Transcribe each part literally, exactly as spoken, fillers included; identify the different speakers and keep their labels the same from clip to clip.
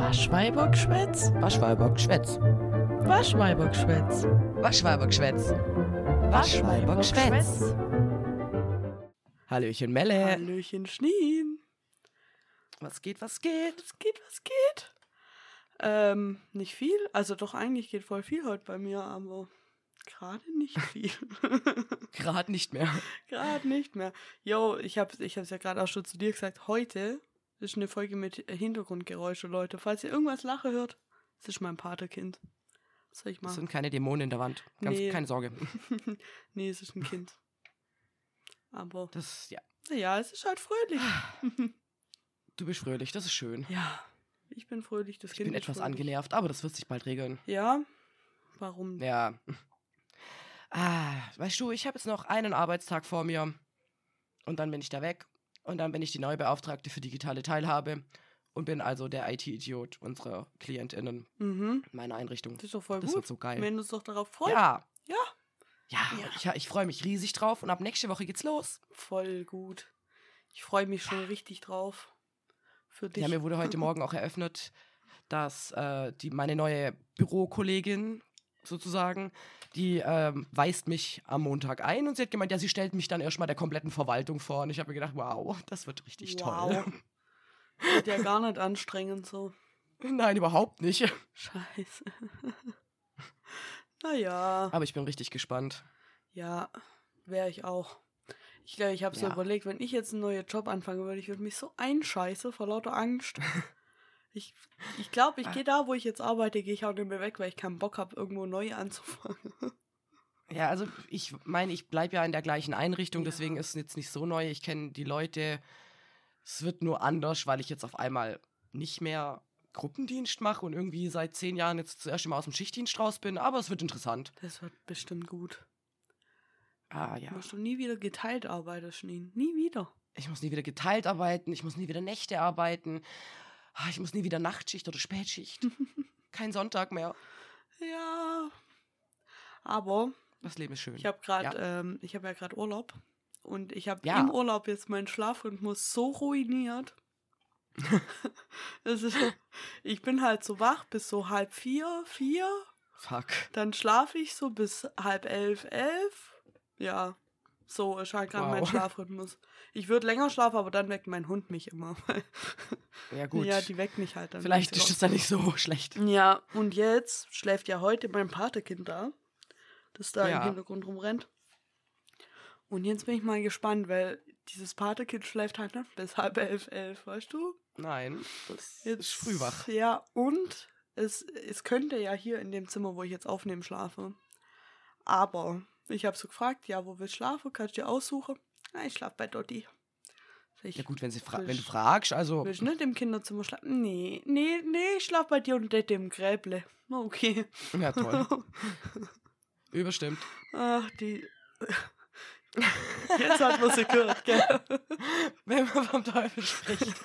Speaker 1: Waschweibergschwätz?
Speaker 2: Waschweibergschwätz.
Speaker 1: Waschweibergschwätz.
Speaker 2: Waschweibergschwätz. Waschweibergschwätz. Hallöchen Melle.
Speaker 1: Hallöchen Schneen.
Speaker 2: Was geht, was geht?
Speaker 1: Was geht, was geht? Ähm, nicht viel. Also doch, eigentlich geht voll viel heute bei mir, aber gerade nicht viel.
Speaker 2: Gerade nicht mehr.
Speaker 1: Gerade nicht mehr. Jo, ich habe ich hab's ja gerade auch schon zu dir gesagt, heute ist eine Folge mit Hintergrundgeräusche, Leute. Falls ihr irgendwas Lache hört, das ist mein Patekind. Was soll ich machen?
Speaker 2: Es sind keine Dämonen in der Wand. Ganz,
Speaker 1: Nee.
Speaker 2: Keine Sorge.
Speaker 1: Nee, es ist ein Kind. Aber,
Speaker 2: Das, ja.
Speaker 1: naja, es ist halt fröhlich.
Speaker 2: Du bist fröhlich, das ist schön.
Speaker 1: Ja, ich bin fröhlich, das
Speaker 2: Ich
Speaker 1: Kind
Speaker 2: bin
Speaker 1: ist
Speaker 2: etwas
Speaker 1: fröhlich.
Speaker 2: angenervt, aber das wird sich bald regeln.
Speaker 1: Ja? Warum?
Speaker 2: Ja. Ah, weißt du, ich habe jetzt noch einen Arbeitstag vor mir und dann bin ich da weg und dann bin ich die neue Beauftragte für digitale Teilhabe und bin also der I T-Idiot unserer KlientInnen
Speaker 1: Mhm.
Speaker 2: in meiner Einrichtung.
Speaker 1: Das ist doch voll
Speaker 2: Das
Speaker 1: gut.
Speaker 2: wird so geil.
Speaker 1: Wenn du uns doch darauf freust.
Speaker 2: Ja.
Speaker 1: Ja.
Speaker 2: Ja,
Speaker 1: Ja.
Speaker 2: ich, ich freue mich riesig drauf und ab nächste Woche geht's los.
Speaker 1: Voll gut. Ich freue mich schon richtig drauf. Für dich.
Speaker 2: Ja, mir wurde heute Morgen auch eröffnet, dass äh, die, meine neue Bürokollegin sozusagen, die ähm, weist mich am Montag ein und sie hat gemeint, ja, sie stellt mich dann erstmal der kompletten Verwaltung vor. Und ich habe mir gedacht, wow, das wird richtig
Speaker 1: Wow.
Speaker 2: toll.
Speaker 1: Wird ja gar nicht anstrengend so.
Speaker 2: Nein, überhaupt nicht.
Speaker 1: Scheiße. Naja.
Speaker 2: Aber ich bin richtig gespannt.
Speaker 1: Ja, wäre ich auch. Ich glaube, ich habe so
Speaker 2: Ja.
Speaker 1: überlegt, wenn ich jetzt einen neuen Job anfangen würde, ich würde mich so einscheiße vor lauter Angst. Ich ich glaube, ich gehe da, wo ich jetzt arbeite, gehe ich auch nicht mehr weg, weil ich keinen Bock habe, irgendwo neu anzufangen.
Speaker 2: Ja, also ich meine, ich bleibe ja in der gleichen Einrichtung,
Speaker 1: Ja.
Speaker 2: deswegen ist es jetzt nicht so neu. Ich kenne die Leute. Es wird nur anders, weil ich jetzt auf einmal nicht mehr Gruppendienst mache und irgendwie seit zehn Jahren jetzt zuerst immer aus dem Schichtdienst raus bin. Aber es wird interessant.
Speaker 1: Das wird bestimmt gut.
Speaker 2: Ah ja.
Speaker 1: Musst du nie wieder geteilt arbeiten, Schneen. Nie wieder.
Speaker 2: Ich muss nie wieder geteilt arbeiten, ich muss nie wieder Nächte arbeiten. Ah, Ich muss nie wieder Nachtschicht oder Spätschicht. Kein Sonntag mehr.
Speaker 1: Ja. Aber
Speaker 2: Das Leben ist schön.
Speaker 1: ich habe gerade,
Speaker 2: Ja.
Speaker 1: ähm, ich habe ja gerade Urlaub. Und ich habe
Speaker 2: Ja.
Speaker 1: im Urlaub jetzt meinen Schlafrhythmus so ruiniert. Das ist, ich bin halt so wach bis so halb vier, vier.
Speaker 2: Fuck.
Speaker 1: Dann schlafe ich so bis halb elf, elf. Ja, so ist halt gerade
Speaker 2: Wow.
Speaker 1: mein Schlafrhythmus. Ich würde länger schlafen, aber dann weckt mein Hund mich immer.
Speaker 2: Ja gut.
Speaker 1: Ja, die weckt mich halt dann.
Speaker 2: Vielleicht
Speaker 1: wenn sie
Speaker 2: ist es dann nicht so schlecht.
Speaker 1: Ja, und jetzt schläft ja heute mein Patekind da, das da
Speaker 2: Ja.
Speaker 1: im Hintergrund rumrennt. Und jetzt bin ich mal gespannt, weil dieses Patekind schläft halt nicht bis halb elf, elf, weißt du?
Speaker 2: Nein, das
Speaker 1: Jetzt,
Speaker 2: ist früh wach.
Speaker 1: Ja, und es, es könnte ja hier in dem Zimmer, wo ich jetzt aufnehme, schlafen. Aber ich habe so gefragt, ja, wo willst du schlafen? Kannst du dir aussuchen? Na, ich schlafe bei Dotti. Sag ich,
Speaker 2: Ja gut, wenn, sie fra-
Speaker 1: willst-
Speaker 2: wenn du fragst, also
Speaker 1: Willst du nicht im Kinderzimmer schlafen? Nee, nee, nee, ich schlaf bei dir und Dette im Gräble. Okay.
Speaker 2: ja toll. Überstimmt.
Speaker 1: Ach, die... Jetzt hat man sie gehört, gell?
Speaker 2: Wenn man vom Teufel spricht.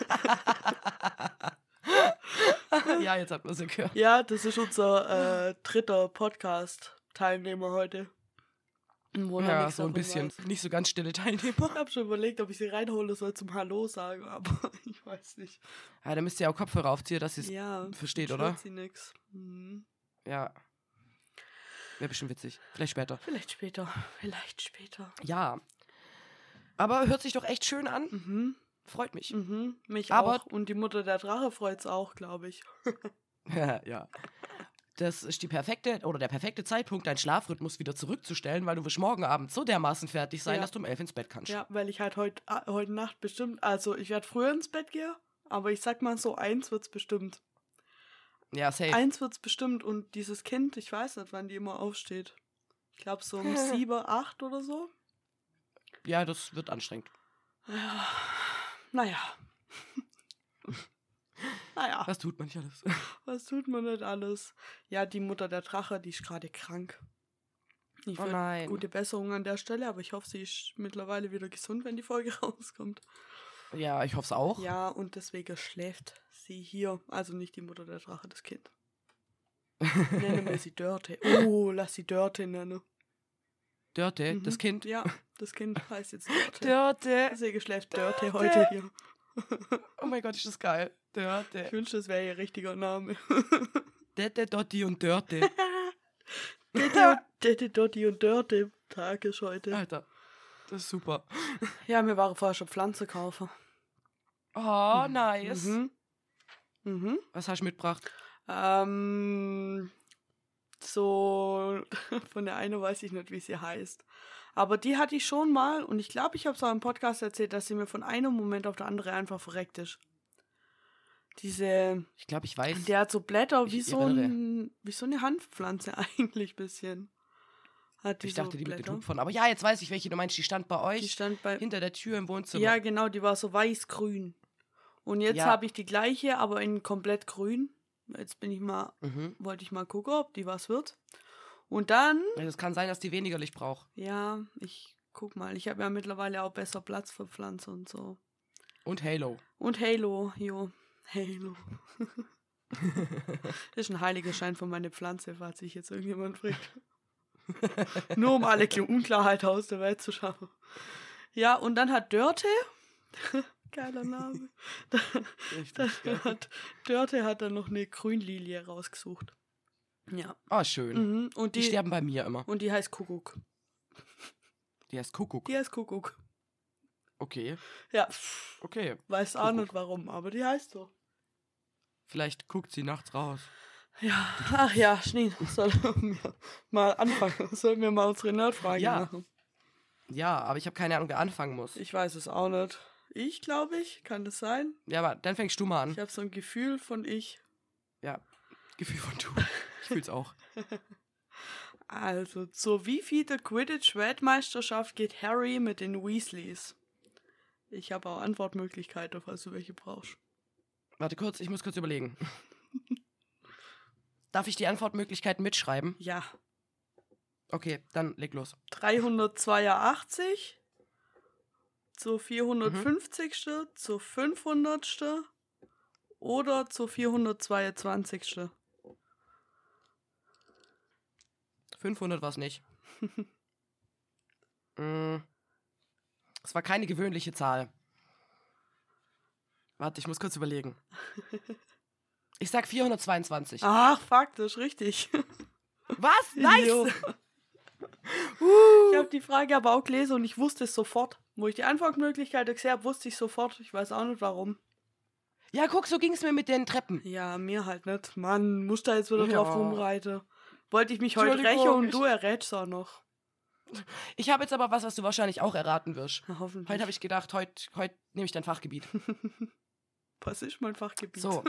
Speaker 2: Ja, jetzt hat man sie gehört.
Speaker 1: Ja, das ist unser äh, dritter Podcast-Teilnehmer heute. Wo noch
Speaker 2: Ja,
Speaker 1: nichts
Speaker 2: so ein
Speaker 1: davon
Speaker 2: bisschen.
Speaker 1: weiß.
Speaker 2: Nicht so ganz stille Teilnehmer.
Speaker 1: Ich habe schon überlegt, ob ich sie reinhole soll zum Hallo sagen, aber ich weiß nicht.
Speaker 2: Ja, da müsst ihr auch Kopfhörer aufziehen, dass sie es
Speaker 1: Ja,
Speaker 2: versteht,
Speaker 1: sonst
Speaker 2: oder?
Speaker 1: hört sie nix. Hm.
Speaker 2: Ja. Wäre bestimmt witzig. Vielleicht später.
Speaker 1: Vielleicht später, vielleicht später.
Speaker 2: Ja. Aber hört sich doch echt schön an.
Speaker 1: Mhm,
Speaker 2: Freut mich.
Speaker 1: mhm, mich
Speaker 2: Aber-
Speaker 1: auch. Und die Mutter der Drache freut's auch, glaube ich.
Speaker 2: Ja. Das ist die perfekte oder der perfekte Zeitpunkt, deinen Schlafrhythmus wieder zurückzustellen, weil du wirst morgen Abend so dermaßen fertig sein,
Speaker 1: Ja.
Speaker 2: dass du um elf ins Bett kannst.
Speaker 1: Ja, weil ich halt heute ah, heute Nacht bestimmt, also ich werde früher ins Bett gehen, aber ich sag mal so, eins wird's bestimmt.
Speaker 2: Ja, safe.
Speaker 1: Eins wird's bestimmt und dieses Kind, ich weiß nicht, wann die immer aufsteht. Ich glaube so um sieben, acht oder so.
Speaker 2: Ja, das wird anstrengend.
Speaker 1: Ja, naja. Naja,
Speaker 2: Was tut man nicht alles?
Speaker 1: was tut man nicht alles? Ja, die Mutter der Drache, die ist gerade krank. Ich
Speaker 2: Oh
Speaker 1: will
Speaker 2: nein.
Speaker 1: gute Besserung an der Stelle, aber ich hoffe, sie ist mittlerweile wieder gesund, wenn die Folge rauskommt.
Speaker 2: Ja, ich hoffe es auch.
Speaker 1: Ja, und deswegen schläft sie hier. Also nicht die Mutter der Drache, das Kind. Nennen wir sie Dörte. Oh, lass sie Dörte nennen.
Speaker 2: Dörte,
Speaker 1: Mhm.
Speaker 2: das Kind.
Speaker 1: Ja, das Kind heißt jetzt Dörte.
Speaker 2: Dörte.
Speaker 1: Deswegen schläft Dörte heute hier.
Speaker 2: Oh mein Gott, ist das geil. Dörte.
Speaker 1: Ich wünschte, das wäre ihr richtiger Name.
Speaker 2: Dette, Dotti und Dörte.
Speaker 1: Dette, Dette, Dotti und Dörte. Tag ist heute.
Speaker 2: Alter, das ist super.
Speaker 1: Ja, wir waren vorher schon Pflanze kaufen.
Speaker 2: Oh, nice.
Speaker 1: Mhm. Mhm.
Speaker 2: Was hast du mitgebracht?
Speaker 1: Ähm, so, von der einen weiß ich nicht, wie sie heißt. Aber die hatte ich schon mal und ich glaube, ich habe es auch im Podcast erzählt, dass sie mir von einem Moment auf den anderen einfach verreckt ist. Diese,
Speaker 2: Ich glaube, ich weiß.
Speaker 1: der hat so Blätter
Speaker 2: Ich
Speaker 1: wie so,
Speaker 2: erinnere.
Speaker 1: ein, wie so eine Hanfpflanze eigentlich ein bisschen. Hat die
Speaker 2: Ich dachte,
Speaker 1: so
Speaker 2: die mit den
Speaker 1: Blätter.
Speaker 2: Hupfern. Aber ja, jetzt weiß ich, welche du meinst. Die stand bei euch
Speaker 1: Die stand bei,
Speaker 2: hinter der Tür im Wohnzimmer.
Speaker 1: ja genau, die war so weiß-grün. Und jetzt
Speaker 2: Ja.
Speaker 1: habe ich die gleiche, aber in komplett grün. Jetzt bin ich mal,
Speaker 2: Mhm.
Speaker 1: wollte ich mal gucken, ob die was wird. Und dann,
Speaker 2: Ja, das kann sein, dass die weniger Licht braucht.
Speaker 1: ja, ich guck mal, ich habe ja mittlerweile auch besser Platz für Pflanzen und so.
Speaker 2: Und Halo.
Speaker 1: Und Halo, jo, Halo. Das ist ein Heiligerschein für meine Pflanze, falls sich jetzt irgendjemand fragt. Nur um alle Unklarheit aus der Welt zu schaffen. Ja, und dann hat Dörte, geiler Name,
Speaker 2: Richtig.
Speaker 1: dann hat, Dörte hat dann noch eine Grünlilie rausgesucht. Ja.
Speaker 2: Ah, schön.
Speaker 1: Mhm. Und
Speaker 2: Die
Speaker 1: die,
Speaker 2: sterben bei mir immer.
Speaker 1: und die heißt Kuckuck.
Speaker 2: Die heißt Kuckuck.
Speaker 1: Die heißt Kuckuck.
Speaker 2: Okay,
Speaker 1: Ja,
Speaker 2: okay.
Speaker 1: weiß auch
Speaker 2: Kuckuck.
Speaker 1: nicht warum, aber die heißt so.
Speaker 2: Vielleicht guckt sie nachts raus.
Speaker 1: Ja, ach ja, Schnee, sollen wir mal anfangen? Sollen wir mal unsere Nerdfrage
Speaker 2: Ja.
Speaker 1: machen?
Speaker 2: Ja, aber ich habe keine Ahnung, wer anfangen muss.
Speaker 1: Ich weiß es auch nicht. Ich, glaube ich, kann das sein?
Speaker 2: Ja, aber dann fängst du mal an.
Speaker 1: Ich habe so ein Gefühl von ich.
Speaker 2: Ja, Gefühl von du. Ich fühl's auch.
Speaker 1: Also, zur wievielten Quidditch-Weltmeisterschaft geht Harry mit den Weasleys? Ich habe auch Antwortmöglichkeiten, falls du welche brauchst.
Speaker 2: Warte kurz, ich muss kurz überlegen. Darf ich die Antwortmöglichkeiten mitschreiben?
Speaker 1: Ja.
Speaker 2: Okay, dann leg los.
Speaker 1: dreihundertzweiundachtzig, zur vierhundertfünfzigsten, zur fünfhundertsten oder zur vierhundertzweiundzwanzigsten
Speaker 2: fünfhundert war es nicht. Mm, Es war keine gewöhnliche Zahl. Warte, ich muss kurz überlegen. Ich sag vierhundertzweiundzwanzig.
Speaker 1: Ach, fuck, das ist richtig.
Speaker 2: Was? Nice!
Speaker 1: Jo. Ich habe die Frage aber auch gelesen und ich wusste es sofort. Wo ich die Antwortmöglichkeit gesehen habe, wusste ich sofort. Ich weiß auch nicht warum.
Speaker 2: Ja, guck, so ging es mir mit den Treppen.
Speaker 1: Ja, mir halt nicht. Mann, muss da jetzt wieder
Speaker 2: Ja.
Speaker 1: drauf rumreiten. Wollte ich mich heute
Speaker 2: Entschuldigung,
Speaker 1: rächen und
Speaker 2: ich-
Speaker 1: du errätst auch noch.
Speaker 2: Ich habe jetzt aber was, was du wahrscheinlich auch erraten wirst.
Speaker 1: Na, hoffentlich.
Speaker 2: Heute habe ich gedacht, heute, heute nehme ich dein Fachgebiet.
Speaker 1: Was ist mein Fachgebiet?
Speaker 2: So.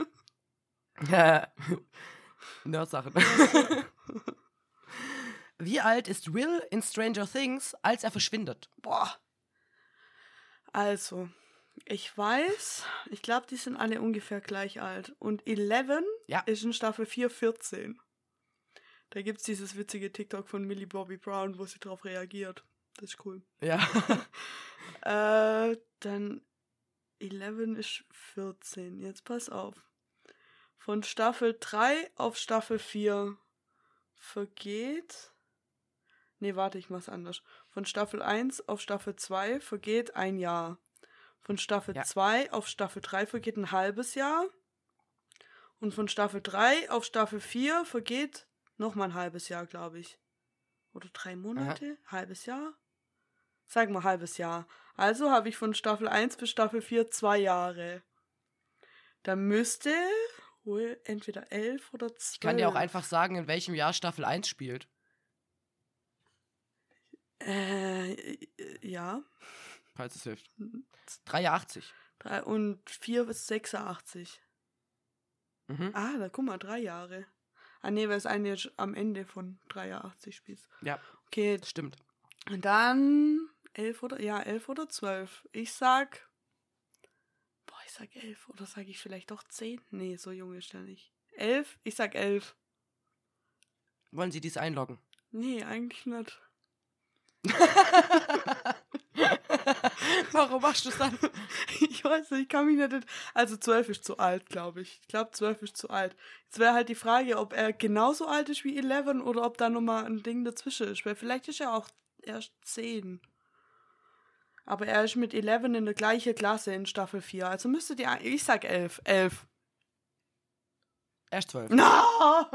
Speaker 2: Nerd-Sachen. Wie alt ist Will in Stranger Things, als er verschwindet?
Speaker 1: Boah. Also, ich weiß, ich glaube, die sind alle ungefähr gleich alt. Und Eleven
Speaker 2: Ja.
Speaker 1: ist in Staffel vier vierzehn. Da gibt es dieses witzige TikTok von Millie Bobby Brown, wo sie drauf reagiert. Das ist cool.
Speaker 2: Ja.
Speaker 1: Äh, dann Eleven ist vierzehn. Jetzt pass auf. Von Staffel drei auf Staffel vier vergeht... Nee, warte, ich mach's anders. Von Staffel eins auf Staffel zwei vergeht ein Jahr. Von Staffel
Speaker 2: Ja.
Speaker 1: zwei auf Staffel drei vergeht ein halbes Jahr. Und von Staffel drei auf Staffel vier vergeht nochmal ein halbes Jahr, glaube ich. Oder drei Monate? Halbes Jahr? Sag mal halbes Jahr. Also habe ich von Staffel eins bis Staffel vier zwei Jahre. Da müsste wohl entweder elf oder zwölf.
Speaker 2: Ich kann dir auch einfach sagen, in welchem Jahr Staffel eins spielt.
Speaker 1: Äh, ja.
Speaker 2: Falls es hilft. dreiundachtzig.
Speaker 1: Drei, und vier bis sechsundachtzig.
Speaker 2: Mhm.
Speaker 1: Ah, da guck mal, drei Jahre. Ah, nee, weil es eine jetzt am Ende von dreiundachtzig spielt.
Speaker 2: Ja,
Speaker 1: Okay,
Speaker 2: das stimmt.
Speaker 1: und dann elf oder, ja, elf oder zwölf. Ich sag, boah, ich sag elf oder sag ich vielleicht doch zehn? Nee, so jung ist der nicht. Elf? Ich sag elf.
Speaker 2: Wollen Sie dies einloggen?
Speaker 1: Nee, eigentlich nicht.
Speaker 2: Warum machst du es dann?
Speaker 1: Ich weiß nicht, ich kann mich nicht... Also zwölf ist zu alt, glaube ich. Ich glaube, zwölf ist zu alt. Jetzt wäre halt die Frage, ob er genauso alt ist wie Eleven oder ob da nochmal ein Ding dazwischen ist. Weil vielleicht ist er auch erst zehn. Aber er ist mit Eleven in der gleichen Klasse in Staffel vier. Also müsste die... Ich sag elf. elf.
Speaker 2: Erst zwölf.
Speaker 1: Na!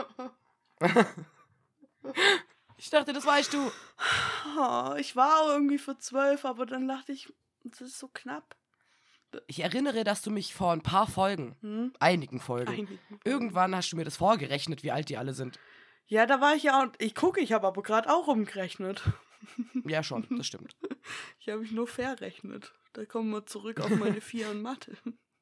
Speaker 2: Ich dachte, das weißt du.
Speaker 1: Oh, ich war auch irgendwie für zwölf, aber dann dachte ich, das ist so knapp.
Speaker 2: Ich erinnere, dass du mich vor ein paar Folgen,
Speaker 1: Hm?
Speaker 2: einigen Folgen,
Speaker 1: Einigen Folgen.
Speaker 2: irgendwann hast du mir das vorgerechnet, wie alt die alle sind.
Speaker 1: Ja, da war ich ja auch. Ich gucke, ich habe aber gerade auch umgerechnet.
Speaker 2: Ja, schon, das stimmt.
Speaker 1: Ich habe mich nur verrechnet. Da kommen wir zurück auf meine vier in Mathe.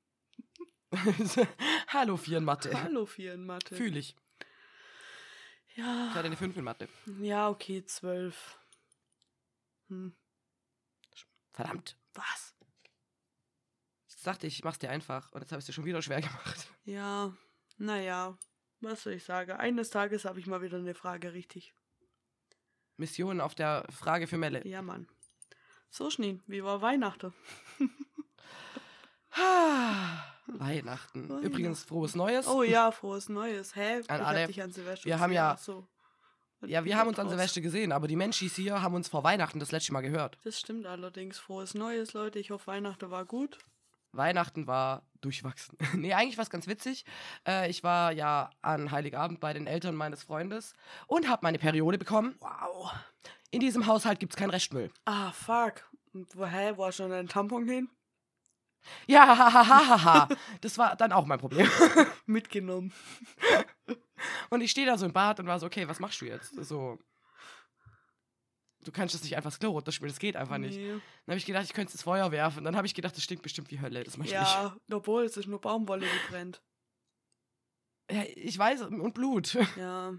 Speaker 2: Hallo, vier in Mathe.
Speaker 1: Hallo, vier in Mathe.
Speaker 2: Fühl ich.
Speaker 1: Ja.
Speaker 2: Ich hatte eine fünf in Mathe.
Speaker 1: Ja, okay, zwölf. Hm.
Speaker 2: Verdammt.
Speaker 1: Was?
Speaker 2: Ich dachte, ich mach's dir einfach. Und jetzt habe ich es dir schon wieder schwer gemacht.
Speaker 1: Ja, naja. Was soll ich sagen? Eines Tages habe ich mal wieder eine Frage richtig.
Speaker 2: Mission auf der Frage für Melle.
Speaker 1: Ja, Mann. So, Schnee, wie war Weihnachten?
Speaker 2: Weihnachten.
Speaker 1: Weihnachten.
Speaker 2: Übrigens, frohes Neues.
Speaker 1: Oh ja, frohes Neues. Hä?
Speaker 2: An
Speaker 1: ich
Speaker 2: alle.
Speaker 1: hab dich an Silvester
Speaker 2: Wir haben
Speaker 1: gesehen.
Speaker 2: ja-
Speaker 1: Ach so.
Speaker 2: Ja, wir haben uns an Silvester gesehen, aber die Menschis hier haben uns vor Weihnachten das letzte Mal gehört.
Speaker 1: Das stimmt allerdings. Frohes Neues, Leute. Ich hoffe, Weihnachten war gut.
Speaker 2: Weihnachten war durchwachsen. Nee, eigentlich war es ganz witzig. Äh, ich war ja an Heiligabend bei den Eltern meines Freundes und habe meine Periode bekommen.
Speaker 1: Wow.
Speaker 2: In diesem Haushalt gibt es keinen Restmüll.
Speaker 1: Ah, fuck. Und wo, hä, wo hast du schon deinen Tampon hin?
Speaker 2: Ja, hahaha. Das war dann auch mein Problem.
Speaker 1: Mitgenommen.
Speaker 2: Und ich stehe da so im Bad und war so, okay, was machst du jetzt? So, du kannst das nicht einfach ins Klo runterspülen, das geht einfach nicht.
Speaker 1: Nee.
Speaker 2: Dann habe ich gedacht, ich könnte es ins Feuer werfen. Dann habe ich gedacht, das stinkt bestimmt wie Hölle. Das möchte
Speaker 1: Ja, obwohl, es ist nur Baumwolle, die brennt.
Speaker 2: ich. Ja, ich weiß, und Blut.
Speaker 1: Ja.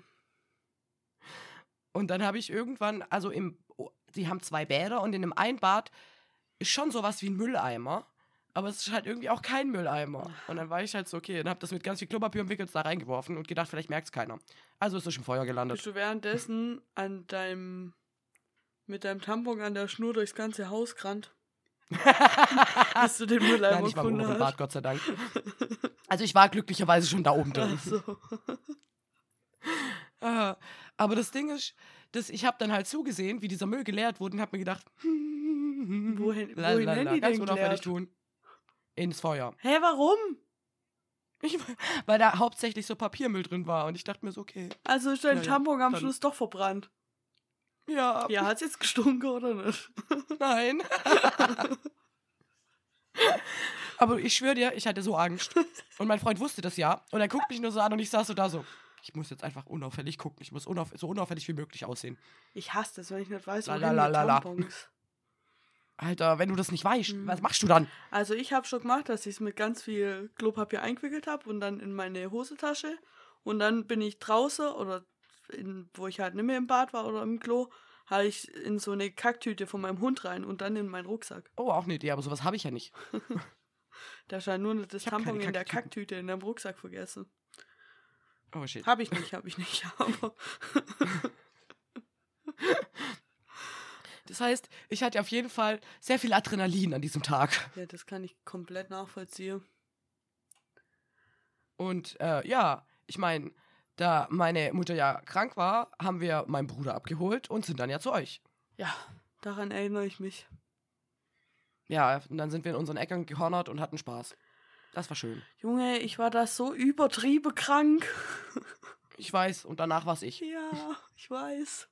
Speaker 2: Und dann habe ich irgendwann, also im, die haben zwei Bäder und in dem einen Bad ist schon sowas wie ein Mülleimer. Aber es ist halt irgendwie auch kein Mülleimer. Und dann war ich halt so, okay, und habe das mit ganz viel Klopapier umwickelt da reingeworfen und gedacht, vielleicht merkt es keiner. Also ist es im Feuer gelandet.
Speaker 1: Bist du währenddessen an deinem, mit deinem Tampon an der Schnur durchs ganze Haus gerannt? Bis du den Mülleimer
Speaker 2: Nein, ich war im
Speaker 1: gefunden
Speaker 2: Bad,
Speaker 1: hast?
Speaker 2: Gott sei Dank. Also ich war glücklicherweise schon da oben drin.
Speaker 1: Ach so.
Speaker 2: Ah, aber das Ding ist, dass ich habe dann halt zugesehen, wie dieser Müll geleert wurde und habe mir gedacht,
Speaker 1: Wohin, wohin
Speaker 2: Lalalala,
Speaker 1: haben die
Speaker 2: ganz
Speaker 1: denn
Speaker 2: unauffällig
Speaker 1: geleert?
Speaker 2: tun. Ins Feuer.
Speaker 1: Hä, warum?
Speaker 2: Ich, weil da hauptsächlich so Papiermüll drin war und ich dachte mir so, okay.
Speaker 1: Also ist dein
Speaker 2: Ja, ja,
Speaker 1: Tampon am
Speaker 2: dann-
Speaker 1: Schluss doch verbrannt.
Speaker 2: Ja,
Speaker 1: Ja, hat's jetzt gestunken oder nicht?
Speaker 2: nein. Aber ich schwöre dir, ich hatte so Angst. Und mein Freund wusste das ja. Und er guckt mich nur so an und ich saß so da so. Ich muss jetzt einfach unauffällig gucken. Ich muss unauf so unauffällig wie möglich aussehen.
Speaker 1: Ich hasse das, wenn ich nicht weiß, wohin
Speaker 2: Lalalala.
Speaker 1: mit Tampons.
Speaker 2: Alter, wenn du das nicht weißt,
Speaker 1: Mhm.
Speaker 2: was machst du dann?
Speaker 1: Also ich habe schon gemacht, dass ich es mit ganz viel Klopapier eingewickelt habe und dann in meine Hosentasche. Und dann bin ich draußen oder in, wo ich halt nicht mehr im Bad war oder im Klo, habe ich in so eine Kacktüte von meinem Hund rein und dann in meinen Rucksack.
Speaker 2: Oh, auch eine Idee, aber sowas habe ich ja nicht.
Speaker 1: Da scheint nur das
Speaker 2: Ich hab
Speaker 1: Tampon
Speaker 2: keine
Speaker 1: in der
Speaker 2: Kacktüten.
Speaker 1: Kacktüte in deinem Rucksack vergessen.
Speaker 2: Oh shit.
Speaker 1: Habe ich nicht, habe ich nicht, aber
Speaker 2: Das heißt, ich hatte auf jeden Fall sehr viel Adrenalin an diesem Tag.
Speaker 1: ja, das kann ich komplett nachvollziehen.
Speaker 2: Und äh, ja, ich meine, da meine Mutter ja krank war, haben wir meinen Bruder abgeholt und sind dann ja zu euch.
Speaker 1: Ja, daran erinnere ich mich.
Speaker 2: Ja, und dann sind wir in unseren Ecken gehornert und hatten Spaß. Das war schön.
Speaker 1: Junge, ich war da so übertrieben krank.
Speaker 2: Ich weiß, und danach war's ich.
Speaker 1: Ja, ich weiß.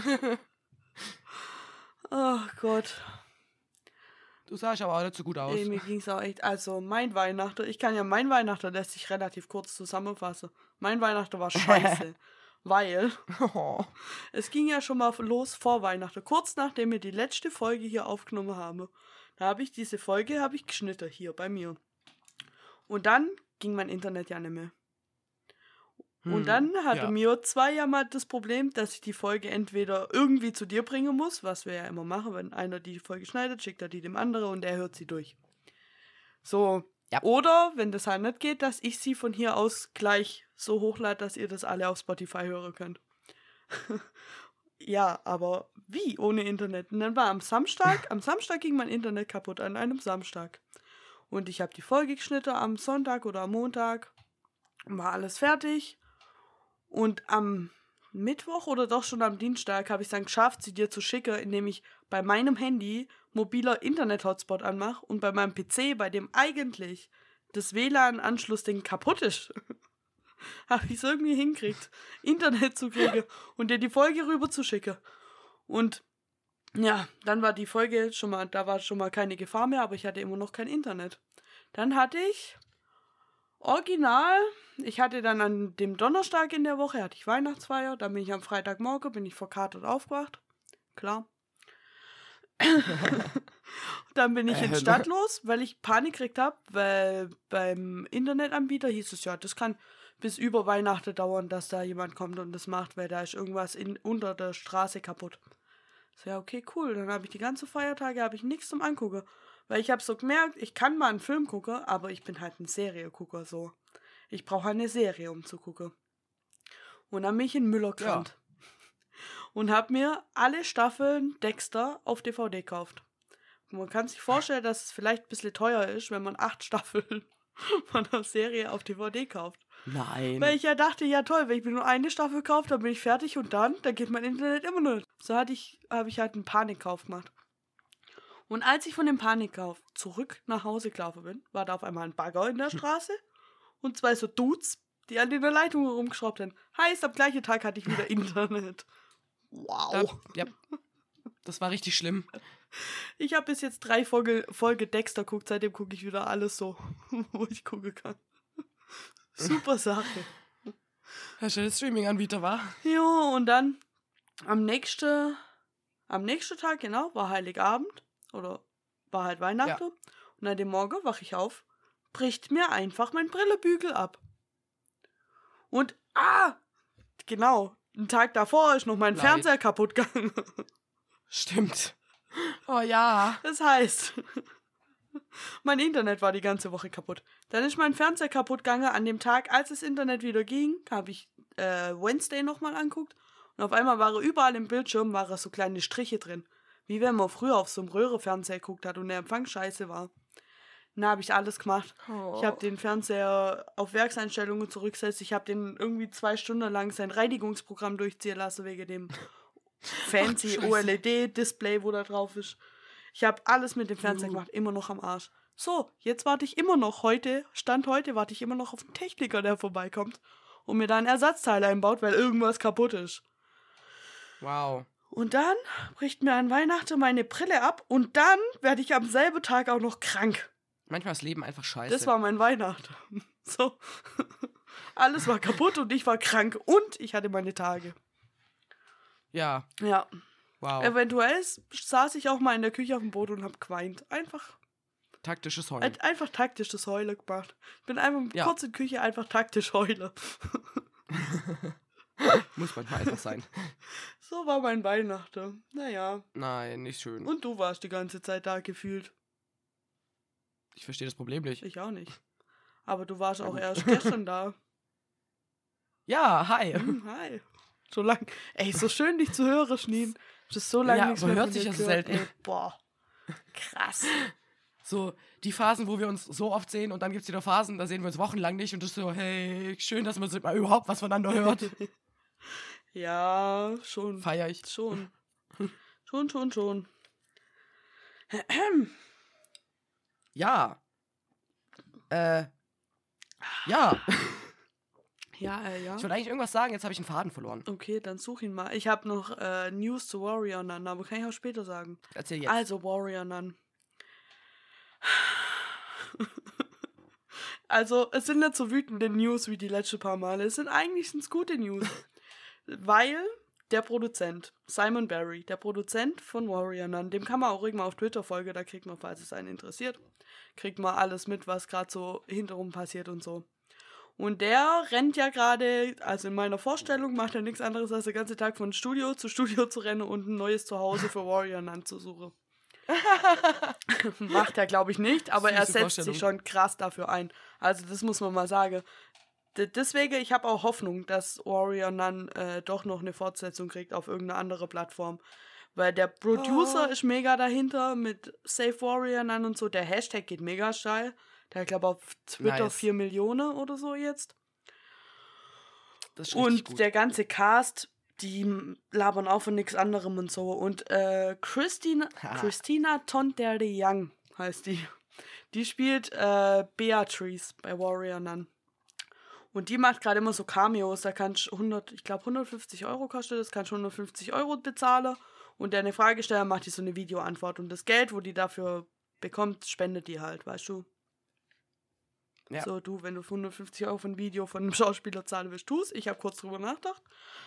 Speaker 1: Oh Gott.
Speaker 2: Du sahst aber auch nicht so gut aus.
Speaker 1: Ey, mir ging's auch echt. Also, mein Weihnachten, ich kann ja mein Weihnachten lässt sich relativ kurz zusammenfassen. Mein Weihnachten war scheiße. Weil
Speaker 2: Oh.
Speaker 1: es ging ja schon mal los vor Weihnachten. Kurz nachdem wir die letzte Folge hier aufgenommen haben. Da habe ich diese Folge habe ich geschnitten hier bei mir. Und dann ging mein Internet ja nicht mehr. Und
Speaker 2: Hm,
Speaker 1: dann hatte
Speaker 2: ja.
Speaker 1: mir zwei ja mal das Problem, dass ich die Folge entweder irgendwie zu dir bringen muss, was wir ja immer machen, wenn einer die Folge schneidet, schickt er die dem anderen und der hört sie durch. So.
Speaker 2: Ja.
Speaker 1: Oder, wenn das halt nicht geht, dass ich sie von hier aus gleich so hochlade, dass ihr das alle auf Spotify hören könnt. Ja, aber wie ohne Internet? Und dann war am Samstag, am Samstag ging mein Internet kaputt, an einem Samstag. Und ich habe die Folge geschnitten am Sonntag oder am Montag. War alles fertig. Und am Mittwoch oder doch schon am Dienstag habe ich es dann geschafft, sie dir zu schicken, indem ich bei meinem Handy mobiler Internet-Hotspot anmache und bei meinem P C, bei dem eigentlich das W L A N-Anschlussding kaputt ist, habe habe ich es irgendwie hingekriegt, Internet zu kriegen und dir die Folge rüber zu schicken. Und ja, dann war die Folge schon mal, da war schon mal keine Gefahr mehr, aber ich hatte immer noch kein Internet. Dann hatte ich original, ich hatte dann an dem Donnerstag in der Woche, hatte ich Weihnachtsfeier, dann bin ich am Freitagmorgen, bin ich verkatert aufgewacht. Klar. Dann bin ich in die Stadt los, weil ich Panik gekriegt habe, weil beim Internetanbieter hieß es ja, das kann bis über Weihnachten dauern, dass da jemand kommt und das macht, weil da ist irgendwas in, unter der Straße kaputt. So, ja, okay, cool. Dann habe ich die ganzen Feiertage habe ich nichts zum Angucken. Weil ich habe so gemerkt, ich kann mal einen Film gucken, aber ich bin halt ein Seriegucker so. Ich brauche eine Serie, um zu gucken. Und dann bin ich in Müller gerannt. Ja. Und habe mir alle Staffeln Dexter auf D V D gekauft. Und man kann sich vorstellen, dass es vielleicht ein bisschen teuer ist, wenn man acht Staffeln von der Serie auf D V D kauft.
Speaker 2: Nein.
Speaker 1: Weil ich ja dachte, ja toll, wenn ich mir nur eine Staffel kaufe, dann bin ich fertig und dann, dann geht mein Internet immer nicht. So hatte ich, habe ich halt einen Panikkauf gemacht. Und als ich von dem Panikkauf zurück nach Hause gelaufen bin, war da auf einmal ein Bagger in der Straße und zwei so Dudes, die an der Leitung rumgeschraubt haben. Heißt, am gleichen Tag hatte ich wieder Internet. Wow.
Speaker 2: Da, ja, das war richtig schlimm.
Speaker 1: Ich habe bis jetzt drei Folge, Folge Dexter geguckt, seitdem gucke ich wieder alles so, wo ich gucken kann. Super Sache.
Speaker 2: Herr schöne Streaming-Anbieter war.
Speaker 1: Jo, und dann am nächsten, am nächsten Tag, genau, war Heiligabend. Oder war halt Weihnachten. Ja. Und an dem Morgen wache ich auf, bricht mir einfach mein Brillebügel ab. Und, ah, genau, einen Tag davor ist noch mein Leid. Fernseher kaputt gegangen.
Speaker 2: Stimmt. Oh ja.
Speaker 1: Das heißt, mein Internet war die ganze Woche kaputt. Dann ist mein Fernseher kaputt gegangen. An dem Tag, als das Internet wieder ging, habe ich äh, Wednesday nochmal angeguckt. Und auf einmal waren überall im Bildschirm waren so kleine Striche drin. Wie wenn man früher auf so einem Röhrenfernseher geguckt hat und der Empfang scheiße war. Dann habe ich alles gemacht. Oh. Ich habe den Fernseher auf Werkseinstellungen zurückgesetzt. Ich habe den irgendwie zwei Stunden lang sein Reinigungsprogramm durchziehen lassen wegen dem fancy Ach, O L E D-Display, wo da drauf ist. Ich habe alles mit dem Fernseher uh. gemacht, immer noch am Arsch. So, jetzt warte ich immer noch heute, Stand heute, warte ich immer noch auf einen Techniker, der vorbeikommt und mir da ein Ersatzteil einbaut, weil irgendwas kaputt ist.
Speaker 2: Wow.
Speaker 1: Und dann bricht mir an Weihnachten meine Brille ab und dann werde ich am selben Tag auch noch krank.
Speaker 2: Manchmal ist das Leben einfach scheiße.
Speaker 1: Das war mein Weihnachten. So. Alles war kaputt und ich war krank und ich hatte meine Tage.
Speaker 2: Ja.
Speaker 1: Ja.
Speaker 2: Wow.
Speaker 1: Eventuell saß ich auch mal in der Küche auf dem Boden und hab geweint. Einfach.
Speaker 2: Taktisches Heulen.
Speaker 1: Einfach taktisches Heulen gemacht. Ich bin einfach ja. kurz in der Küche einfach taktisch heulen.
Speaker 2: Muss manchmal einfach sein.
Speaker 1: So war mein Weihnachten. Naja.
Speaker 2: Nein, nicht schön.
Speaker 1: Und du warst die ganze Zeit da gefühlt.
Speaker 2: Ich verstehe das Problem nicht.
Speaker 1: Ich auch nicht. Aber du warst ja, auch gut. Erst gestern da.
Speaker 2: Ja, hi.
Speaker 1: Hm, hi. So lang. Ey, so schön dich zu hören, Schneen. Das ist so lange
Speaker 2: ja,
Speaker 1: nichts
Speaker 2: so
Speaker 1: mehr
Speaker 2: hört sich das selten.
Speaker 1: Ey, boah. Krass.
Speaker 2: So, die Phasen, wo wir uns so oft sehen und dann gibt es wieder Phasen, da sehen wir uns wochenlang nicht und das ist so, hey, schön, dass man so mal überhaupt was voneinander hört.
Speaker 1: Ja, schon.
Speaker 2: Feier ich.
Speaker 1: Schon. Schon, schon, schon.
Speaker 2: Ja. Äh. Ja.
Speaker 1: Ja, äh, ja.
Speaker 2: Ich wollte eigentlich irgendwas sagen, jetzt habe ich einen Faden verloren.
Speaker 1: Okay, dann such ihn mal. Ich habe noch äh, News zu Warrior Nun, aber kann ich auch später sagen.
Speaker 2: Erzähl jetzt.
Speaker 1: Also, Warrior Nun. Also, es sind nicht so wütende News wie die letzten paar Male. Es sind eigentlich sind's gute News. Weil der Produzent, Simon Barry, der Produzent von Warrior Nun, dem kann man auch irgendwann auf Twitter folgen, da kriegt man, falls es einen interessiert, kriegt man alles mit, was gerade so hinterrum passiert und so. Und der rennt ja gerade, also in meiner Vorstellung macht er nichts anderes, als den ganzen Tag von Studio zu Studio zu rennen und ein neues Zuhause für Warrior Nun zu suchen. Macht er, glaube ich, nicht, aber er setzt sich schon krass dafür ein. Also das muss man mal sagen. D- deswegen, ich habe auch Hoffnung, dass Warrior Nun äh, doch noch eine Fortsetzung kriegt auf irgendeine andere Plattform. Weil der Producer oh. ist mega dahinter mit Save Warrior Nun und so. Der Hashtag geht mega steil. Der hat, glaube ich, auf Twitter nice. vier Millionen oder so jetzt.
Speaker 2: Das ist
Speaker 1: und
Speaker 2: gut.
Speaker 1: Der ganze Cast, die labern auch von nichts anderem und so. Und äh, Christina, Christina Tonterre Young heißt die. Die spielt äh, Beatrice bei Warrior Nun. Und die macht gerade immer so Cameos, da kannst du hundert, ich glaube hundertfünfzig Euro kostet das, kannst du hundertfünfzig Euro bezahlen und der eine Frage stellen, macht die so eine Videoantwort und das Geld, wo die dafür bekommt, spendet die halt, weißt du.
Speaker 2: Ja.
Speaker 1: So, du, wenn du hundertfünfzig Euro für ein Video von einem Schauspieler zahlen willst, tu's. Ich habe kurz drüber nachgedacht.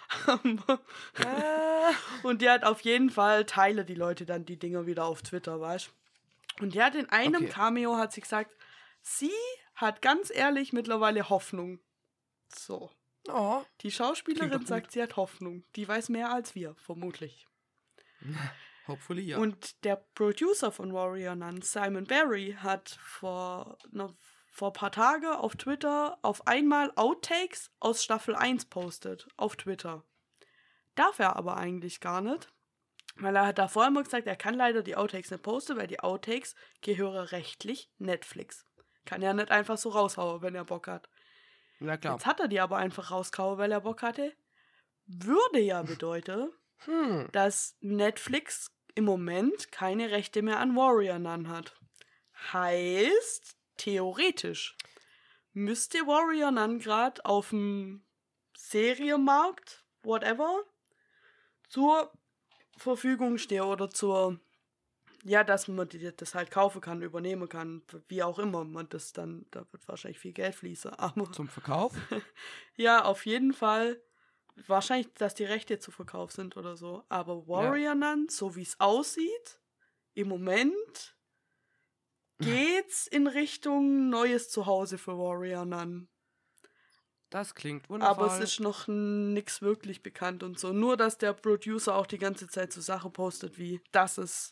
Speaker 2: Äh.
Speaker 1: Und die hat auf jeden Fall, teile die Leute dann die Dinger wieder auf Twitter, weißt du. Und die hat in einem
Speaker 2: Okay.
Speaker 1: Cameo, hat sie gesagt, sie hat ganz ehrlich mittlerweile Hoffnung. So.
Speaker 2: Oh.
Speaker 1: Die
Speaker 2: Klingt
Speaker 1: Schauspielerin
Speaker 2: doch gut.
Speaker 1: sagt, sie hat Hoffnung. Die weiß mehr als wir, vermutlich.
Speaker 2: Hopefully, ja.
Speaker 1: Und der Producer von Warrior Nun, Simon Barry, hat vor, na, vor ein paar Tagen auf Twitter auf einmal Outtakes aus Staffel eins postet. Auf Twitter. Darf er aber eigentlich gar nicht. Weil er hat davor immer gesagt, er kann leider die Outtakes nicht posten, weil die Outtakes gehören rechtlich Netflix. Kann er nicht einfach so raushauen, wenn er Bock hat.
Speaker 2: Na klar.
Speaker 1: Jetzt hat er die aber einfach rausgehauen, weil er Bock hatte. Würde ja bedeuten,
Speaker 2: Hm.
Speaker 1: dass Netflix im Moment keine Rechte mehr an Warrior Nun hat. Heißt, theoretisch müsste Warrior Nun gerade auf dem Serienmarkt, whatever, zur Verfügung stehen oder zur, ja, dass man die, das halt kaufen kann, übernehmen kann, wie auch immer man das dann, da wird wahrscheinlich viel Geld fließen, aber
Speaker 2: Zum Verkauf?
Speaker 1: ja, auf jeden Fall. Wahrscheinlich, dass die Rechte zu Verkauf sind oder so. Aber Warrior Nun, so wie es aussieht, im Moment geht's in Richtung neues Zuhause für Warrior Nun.
Speaker 2: Das klingt wundervoll.
Speaker 1: Aber es ist noch nix wirklich bekannt und so. Nur, dass der Producer auch die ganze Zeit so Sachen postet, wie, dass es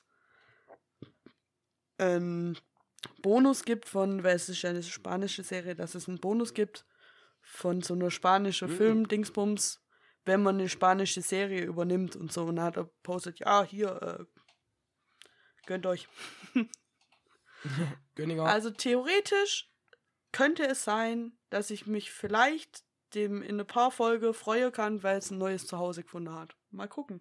Speaker 1: einen Bonus gibt von, weil es ist ja eine spanische Serie, dass es einen Bonus gibt von so einer spanischen
Speaker 2: Mhm.
Speaker 1: Film-Dingsbums, wenn man eine spanische Serie übernimmt und so. Und dann hat er postet, ja, hier, äh, gönnt euch.
Speaker 2: Gönninger.
Speaker 1: Also theoretisch könnte es sein, dass ich mich vielleicht dem in ein paar Folgen freuen kann, weil es ein neues Zuhause gefunden hat. Mal gucken.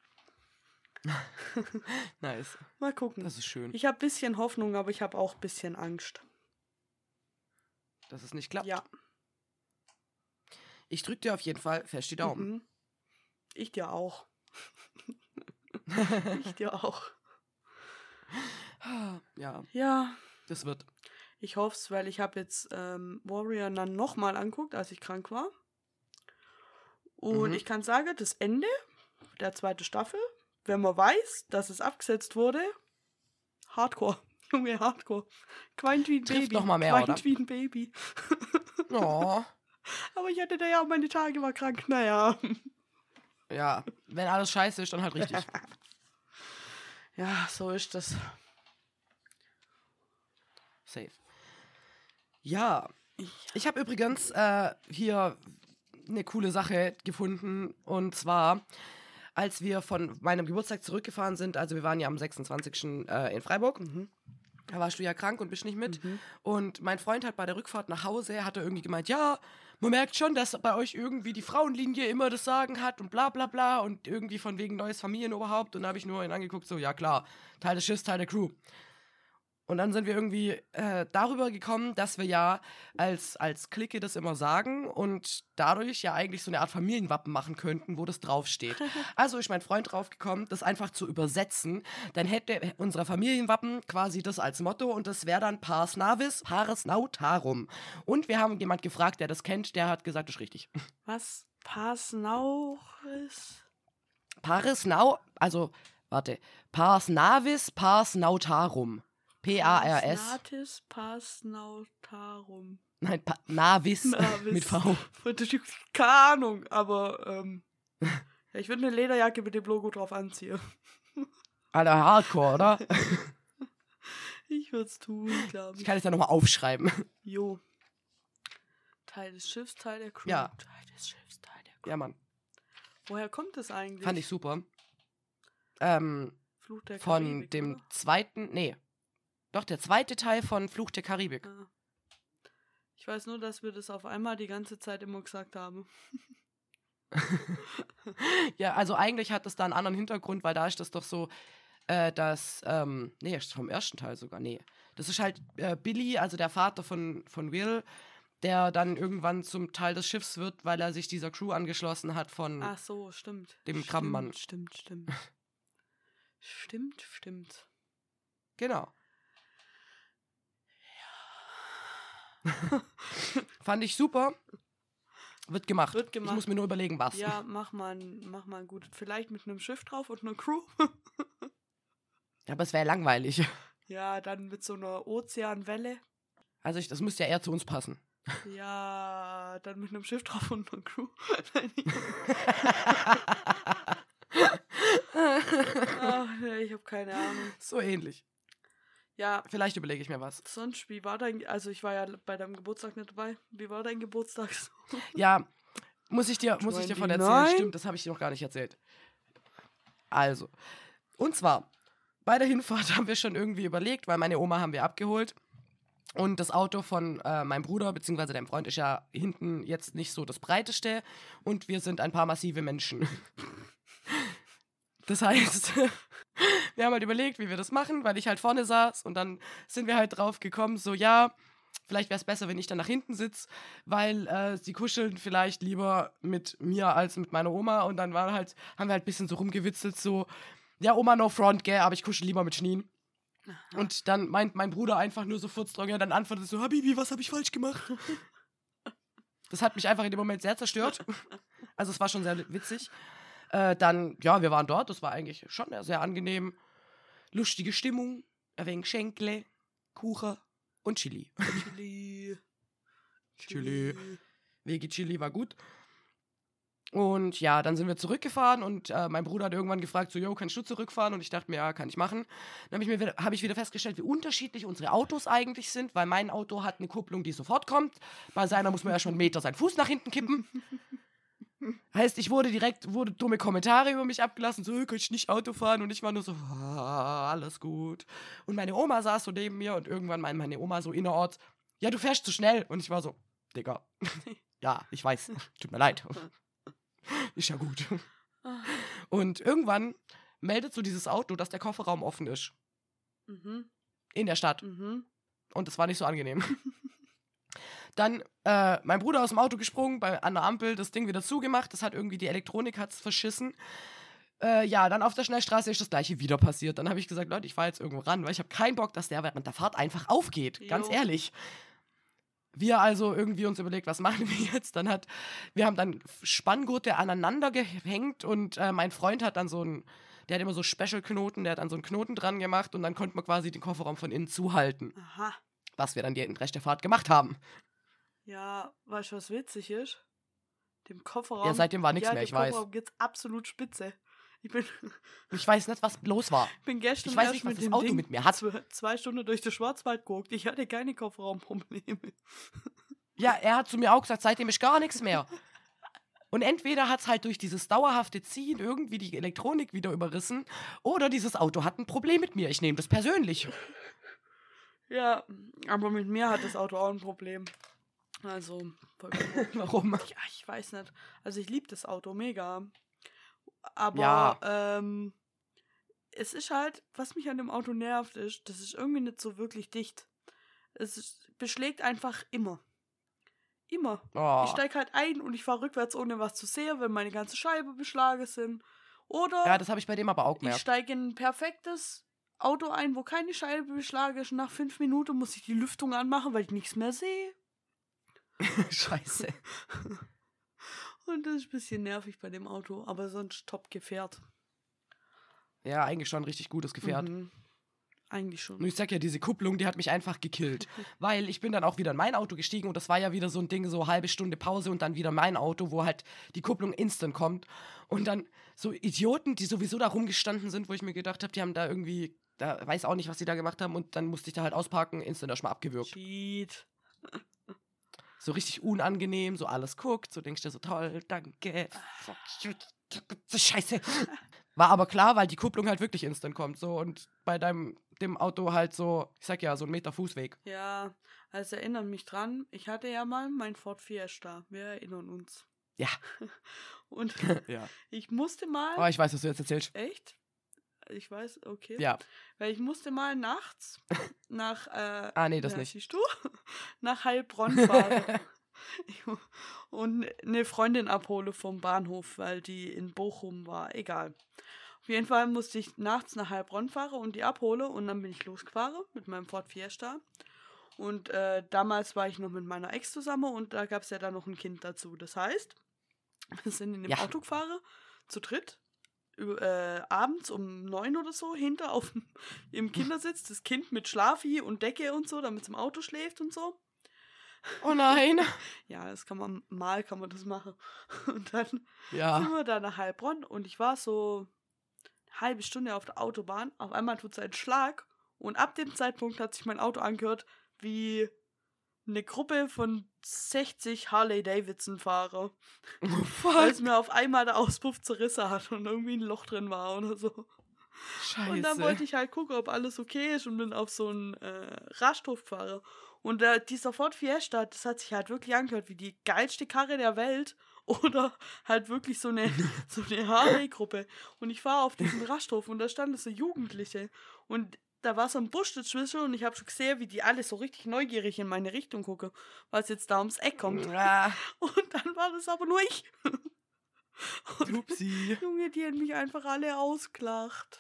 Speaker 2: Nice.
Speaker 1: Mal gucken.
Speaker 2: Das ist schön.
Speaker 1: Ich habe ein bisschen Hoffnung, aber ich habe auch ein bisschen Angst.
Speaker 2: Dass es nicht klappt.
Speaker 1: Ja.
Speaker 2: Ich drück dir auf jeden Fall fest die Daumen.
Speaker 1: Mhm. Ich dir auch. Ich dir auch.
Speaker 2: Ja,
Speaker 1: Ja,
Speaker 2: das wird.
Speaker 1: ich hoffe es, weil ich habe jetzt ähm, Warrior Nun nochmal anguckt, als ich krank war. Und
Speaker 2: Mhm.
Speaker 1: ich kann sagen, das Ende der zweiten Staffel, wenn man weiß, dass es abgesetzt wurde, Hardcore. Junge, Hardcore. Quint wie ein
Speaker 2: Trifft
Speaker 1: Baby.
Speaker 2: noch mal mehr,
Speaker 1: Quint
Speaker 2: oder?
Speaker 1: wie ein Baby.
Speaker 2: Oh.
Speaker 1: Aber ich hatte da ja auch meine Tage, war krank. Naja.
Speaker 2: Ja, wenn alles scheiße ist, dann halt richtig.
Speaker 1: Ja, so ist das.
Speaker 2: Safe. Ja, ich habe übrigens äh, hier eine coole Sache gefunden. Und zwar, als wir von meinem Geburtstag zurückgefahren sind, also wir waren ja am sechsundzwanzigsten Äh, in Freiburg.
Speaker 1: Mhm.
Speaker 2: Da warst du ja krank und bist nicht mit.
Speaker 1: Mhm.
Speaker 2: Und mein Freund hat bei der Rückfahrt nach Hause, hat er irgendwie gemeint, ja, man merkt schon, dass bei euch irgendwie die Frauenlinie immer das Sagen hat und bla bla bla und irgendwie von wegen neues Familienoberhaupt. Und da habe ich nur ihn angeguckt, so, ja klar, Teil des Schiffs, Teil der Crew. Und dann sind wir irgendwie äh, darüber gekommen, dass wir ja als, als Clique das immer sagen und dadurch ja eigentlich so eine Art Familienwappen machen könnten, wo das draufsteht. Also ist mein Freund draufgekommen, das einfach zu übersetzen. Dann hätte unser Familienwappen quasi das als Motto und das wäre dann Pars Navis, Pares Nautarum. Und wir haben jemand gefragt, der das kennt, der hat gesagt, das ist richtig.
Speaker 1: Was? Pasnauris?
Speaker 2: Pares Nau, also, warte, Pars Navis, Pars Nautarum. P A R S.
Speaker 1: Pasnatis Pasnautarum.
Speaker 2: Nein, pa Navis,
Speaker 1: Navis.
Speaker 2: mit V.
Speaker 1: Keine Ahnung, aber ähm, ja, ich würde eine Lederjacke mit dem Logo drauf anziehen.
Speaker 2: Alter, Hardcore, oder?
Speaker 1: Ich würde es tun, glaube
Speaker 2: Ich
Speaker 1: ich.
Speaker 2: kann es ja nochmal aufschreiben.
Speaker 1: Jo. Teil des Schiffs, Teil der Crew.
Speaker 2: Ja.
Speaker 1: Teil des Schiffs, Teil der Crew.
Speaker 2: Ja, Mann.
Speaker 1: Woher kommt das eigentlich?
Speaker 2: Fand ich super. Ähm,
Speaker 1: Fluch der
Speaker 2: von
Speaker 1: Karibik,
Speaker 2: dem
Speaker 1: oder?
Speaker 2: zweiten, nee. Doch, der zweite Teil von Fluch der Karibik.
Speaker 1: Ah. Ich weiß nur, dass wir das auf einmal die ganze Zeit immer gesagt haben.
Speaker 2: Ja, also eigentlich hat das da einen anderen Hintergrund, weil da ist das doch so, äh, dass, ähm, nee, ist vom ersten Teil sogar, nee. Das ist halt äh, Billy, also der Vater von, von Will, der dann irgendwann zum Teil des Schiffs wird, weil er sich dieser Crew angeschlossen hat von
Speaker 1: Ach so, stimmt.
Speaker 2: dem
Speaker 1: stimmt,
Speaker 2: Krabbenmann.
Speaker 1: Stimmt, stimmt. Stimmt, stimmt.
Speaker 2: Genau. Fand ich super. Wird gemacht.
Speaker 1: Wird gemacht.
Speaker 2: Ich muss mir nur überlegen, was.
Speaker 1: Ja, mach mal, ein, mach mal ein gutes. Vielleicht mit einem Schiff drauf und einer Crew.
Speaker 2: Ja, aber es wäre langweilig.
Speaker 1: Ja, dann mit so einer Ozeanwelle.
Speaker 2: Also ich, das müsste ja eher zu uns passen.
Speaker 1: Ja, dann mit einem Schiff drauf und einer Crew. Ach, nee, ich habe keine Ahnung.
Speaker 2: So ähnlich.
Speaker 1: Ja.
Speaker 2: Vielleicht überlege ich mir was.
Speaker 1: Sonst, wie war dein, also ich war ja bei deinem Geburtstag nicht dabei. Wie war dein Geburtstag so?
Speaker 2: Ja, muss ich dir, muss ich dir von erzählen.
Speaker 1: neunundneunzig?
Speaker 2: Stimmt, das habe ich dir noch gar nicht erzählt. Also, und zwar, bei der Hinfahrt haben wir schon irgendwie überlegt, weil meine Oma haben wir abgeholt. Und das Auto von äh, meinem Bruder bzw. deinem Freund ist ja hinten jetzt nicht so das breiteste. Und wir sind ein paar massive Menschen. Das heißt, wir haben halt überlegt, wie wir das machen, weil ich halt vorne saß. Und dann sind wir halt drauf gekommen, so ja, vielleicht wäre es besser, wenn ich dann nach hinten sitze, weil äh, sie kuscheln vielleicht lieber mit mir als mit meiner Oma. Und dann war halt, haben wir halt ein bisschen so rumgewitzelt, so, ja, Oma no front, gell, aber ich kuschel lieber mit Schneen. Aha. Und dann meint mein Bruder einfach nur so furztrocken, dann antwortet so, Habibi, was habe ich falsch gemacht? Das hat mich einfach in dem Moment sehr zerstört. Also es war schon sehr witzig. Äh, dann, ja, wir waren dort, das war eigentlich schon sehr angenehm. Lustige Stimmung, ein wenig Schenkle, Kuchen und Chili.
Speaker 1: Chili.
Speaker 2: Chili. Veggie Chili war gut. Und ja, dann sind wir zurückgefahren und äh, mein Bruder hat irgendwann gefragt, so, yo, kannst du zurückfahren? Und ich dachte mir, ja, kann ich machen. Dann habe ich, mir wieder, hab ich wieder festgestellt, wie unterschiedlich unsere Autos eigentlich sind, weil mein Auto hat eine Kupplung, die sofort kommt. Bei seiner muss man ja schon einen Meter seinen Fuß nach hinten kippen. Heißt, ich wurde direkt, wurde dumme Kommentare über mich abgelassen, so, kann ich nicht Auto fahren? Und ich war nur so, ah, alles gut. Und meine Oma saß so neben mir und irgendwann meinte meine Oma so innerorts, ja, du fährst zu schnell. Und ich war so, Digga, ja, ich weiß, tut mir leid. Ist ja gut. Und irgendwann meldet so dieses Auto, dass der Kofferraum offen ist.
Speaker 1: Mhm.
Speaker 2: In der Stadt.
Speaker 1: Mhm.
Speaker 2: Und das war nicht so angenehm. Dann äh, mein Bruder aus dem Auto gesprungen, bei, an der Ampel das Ding wieder zugemacht. Das hat irgendwie, die Elektronik hat's verschissen. Äh, ja, dann auf der Schnellstraße ist das gleiche wieder passiert. Dann habe ich gesagt, Leute, ich fahre jetzt irgendwo ran, weil ich habe keinen Bock, dass der während der Fahrt einfach aufgeht. Jo. Ganz ehrlich. Wir also irgendwie uns überlegt, was machen wir jetzt? Dann hat, wir haben dann Spanngurte aneinander gehängt und äh, mein Freund hat dann so ein, der hat immer so Special-Knoten, der hat dann so einen Knoten dran gemacht und dann konnte man quasi den Kofferraum von innen zuhalten. Aha. Was wir dann den Rest der Fahrt gemacht haben.
Speaker 1: Ja, weißt du, was witzig ist? Dem Kofferraum.
Speaker 2: Ja, seitdem war nichts
Speaker 1: ja,
Speaker 2: mehr, ich
Speaker 1: dem
Speaker 2: weiß.
Speaker 1: Kofferraum geht's absolut spitze. Ich bin.
Speaker 2: Ich weiß nicht, was los war.
Speaker 1: Ich bin gestern
Speaker 2: ich weiß
Speaker 1: erst
Speaker 2: nicht, was
Speaker 1: mit
Speaker 2: das
Speaker 1: dem
Speaker 2: Auto
Speaker 1: Ding
Speaker 2: mit mir hat.
Speaker 1: Zwei, zwei Stunden durch den Schwarzwald geguckt. Ich hatte keine Kofferraumprobleme.
Speaker 2: Ja, er hat zu mir auch gesagt, seitdem ist gar nichts mehr. Und entweder hat es halt durch dieses dauerhafte Ziehen irgendwie die Elektronik wieder überrissen oder dieses Auto hat ein Problem mit mir. Ich nehme das persönlich.
Speaker 1: Ja, aber mit mir hat das Auto auch ein Problem. Also,
Speaker 2: warum?
Speaker 1: Ja, ich weiß nicht. Also ich liebe das Auto mega. Aber
Speaker 2: ja.
Speaker 1: ähm, es ist halt, was mich an dem Auto nervt, ist, das ist irgendwie nicht so wirklich dicht. Es ist, beschlägt einfach immer. Immer.
Speaker 2: Oh.
Speaker 1: Ich steige halt ein und ich fahre rückwärts, ohne was zu sehen, wenn meine ganze Scheibe beschlagen sind. Oder
Speaker 2: ja, das habe ich bei dem aber auch gemerkt.
Speaker 1: Ich steige in ein perfektes Auto ein, wo keine Scheibe beschlagen ist. Nach fünf Minuten muss ich die Lüftung anmachen, weil ich nichts mehr sehe.
Speaker 2: Scheiße.
Speaker 1: Und das ist ein bisschen nervig bei dem Auto, aber sonst top Gefährt.
Speaker 2: Ja, eigentlich schon ein richtig gutes Gefährt.
Speaker 1: Mhm. Eigentlich schon.
Speaker 2: Und ich sag ja, diese Kupplung, die hat mich einfach gekillt. Weil ich bin dann auch wieder in mein Auto gestiegen und das war ja wieder so ein Ding, so halbe Stunde Pause und dann wieder mein Auto, wo halt die Kupplung instant kommt. Und dann so Idioten, die sowieso da rumgestanden sind, wo ich mir gedacht habe, die haben da irgendwie, da weiß auch nicht, was die da gemacht haben und dann musste ich da halt ausparken, instant erstmal abgewürgt.
Speaker 1: Cheat.
Speaker 2: So richtig unangenehm, so alles guckt, so denkst du so, toll, danke. Scheiße. War aber klar, weil die Kupplung halt wirklich instant kommt, so, und bei deinem, dem Auto halt so, ich sag ja, so ein Meter Fußweg.
Speaker 1: Ja, also erinnert mich dran, ich hatte ja mal mein Ford Fiesta, wir erinnern uns.
Speaker 2: Ja.
Speaker 1: Und
Speaker 2: ja.
Speaker 1: ich musste mal...
Speaker 2: Oh, ich weiß, was du jetzt erzählst.
Speaker 1: Echt? Ich weiß, okay.
Speaker 2: Ja.
Speaker 1: Weil ich musste mal nachts nach, äh,
Speaker 2: ah, nee, das
Speaker 1: ja,
Speaker 2: nicht.
Speaker 1: Siehst du? Nach Heilbronn fahren. und eine Freundin abhole vom Bahnhof, weil die in Bochum war. Egal. Auf jeden Fall musste ich nachts nach Heilbronn fahren und die abhole und dann bin ich losgefahren mit meinem Ford Fiesta. Und äh, damals war ich noch mit meiner Ex zusammen und da gab es ja dann noch ein Kind dazu. Das heißt, wir sind in dem
Speaker 2: Ja.
Speaker 1: Auto gefahren, zu dritt, äh, abends um neun oder so, hinter auf dem, im Kindersitz, das Kind mit Schlafi und Decke und so, damit es im Auto schläft und so.
Speaker 2: Oh nein.
Speaker 1: Ja, das kann man, mal kann man das machen. Und dann sind
Speaker 2: Ja.
Speaker 1: wir da nach Heilbronn und ich war so eine halbe Stunde auf der Autobahn. Auf einmal tut es einen Schlag und ab dem Zeitpunkt hat sich mein Auto angehört wie eine Gruppe von sechzig Harley-Davidson-Fahrer.
Speaker 2: Oh,
Speaker 1: Weil
Speaker 2: fuck.
Speaker 1: es mir auf einmal der Auspuff zerrissen hat und irgendwie ein Loch drin war oder so.
Speaker 2: Scheiße.
Speaker 1: Und dann wollte ich halt gucken, ob alles okay ist und bin auf so einen äh, Rasthof gefahren. Und äh, dieser Ford Fiesta, das hat sich halt wirklich angehört wie die geilste Karre der Welt oder halt wirklich so eine, so eine Harley-Gruppe. Und ich war auf diesem Rasthof und da standen so Jugendliche und da war so ein Busch dazwischen und ich habe schon gesehen, wie die alle so richtig neugierig in meine Richtung gucken, was jetzt da ums Eck kommt.
Speaker 2: Ah,
Speaker 1: Und dann war das aber nur ich. Und
Speaker 2: Upsi.
Speaker 1: Junge, die haben mich einfach alle ausgelacht.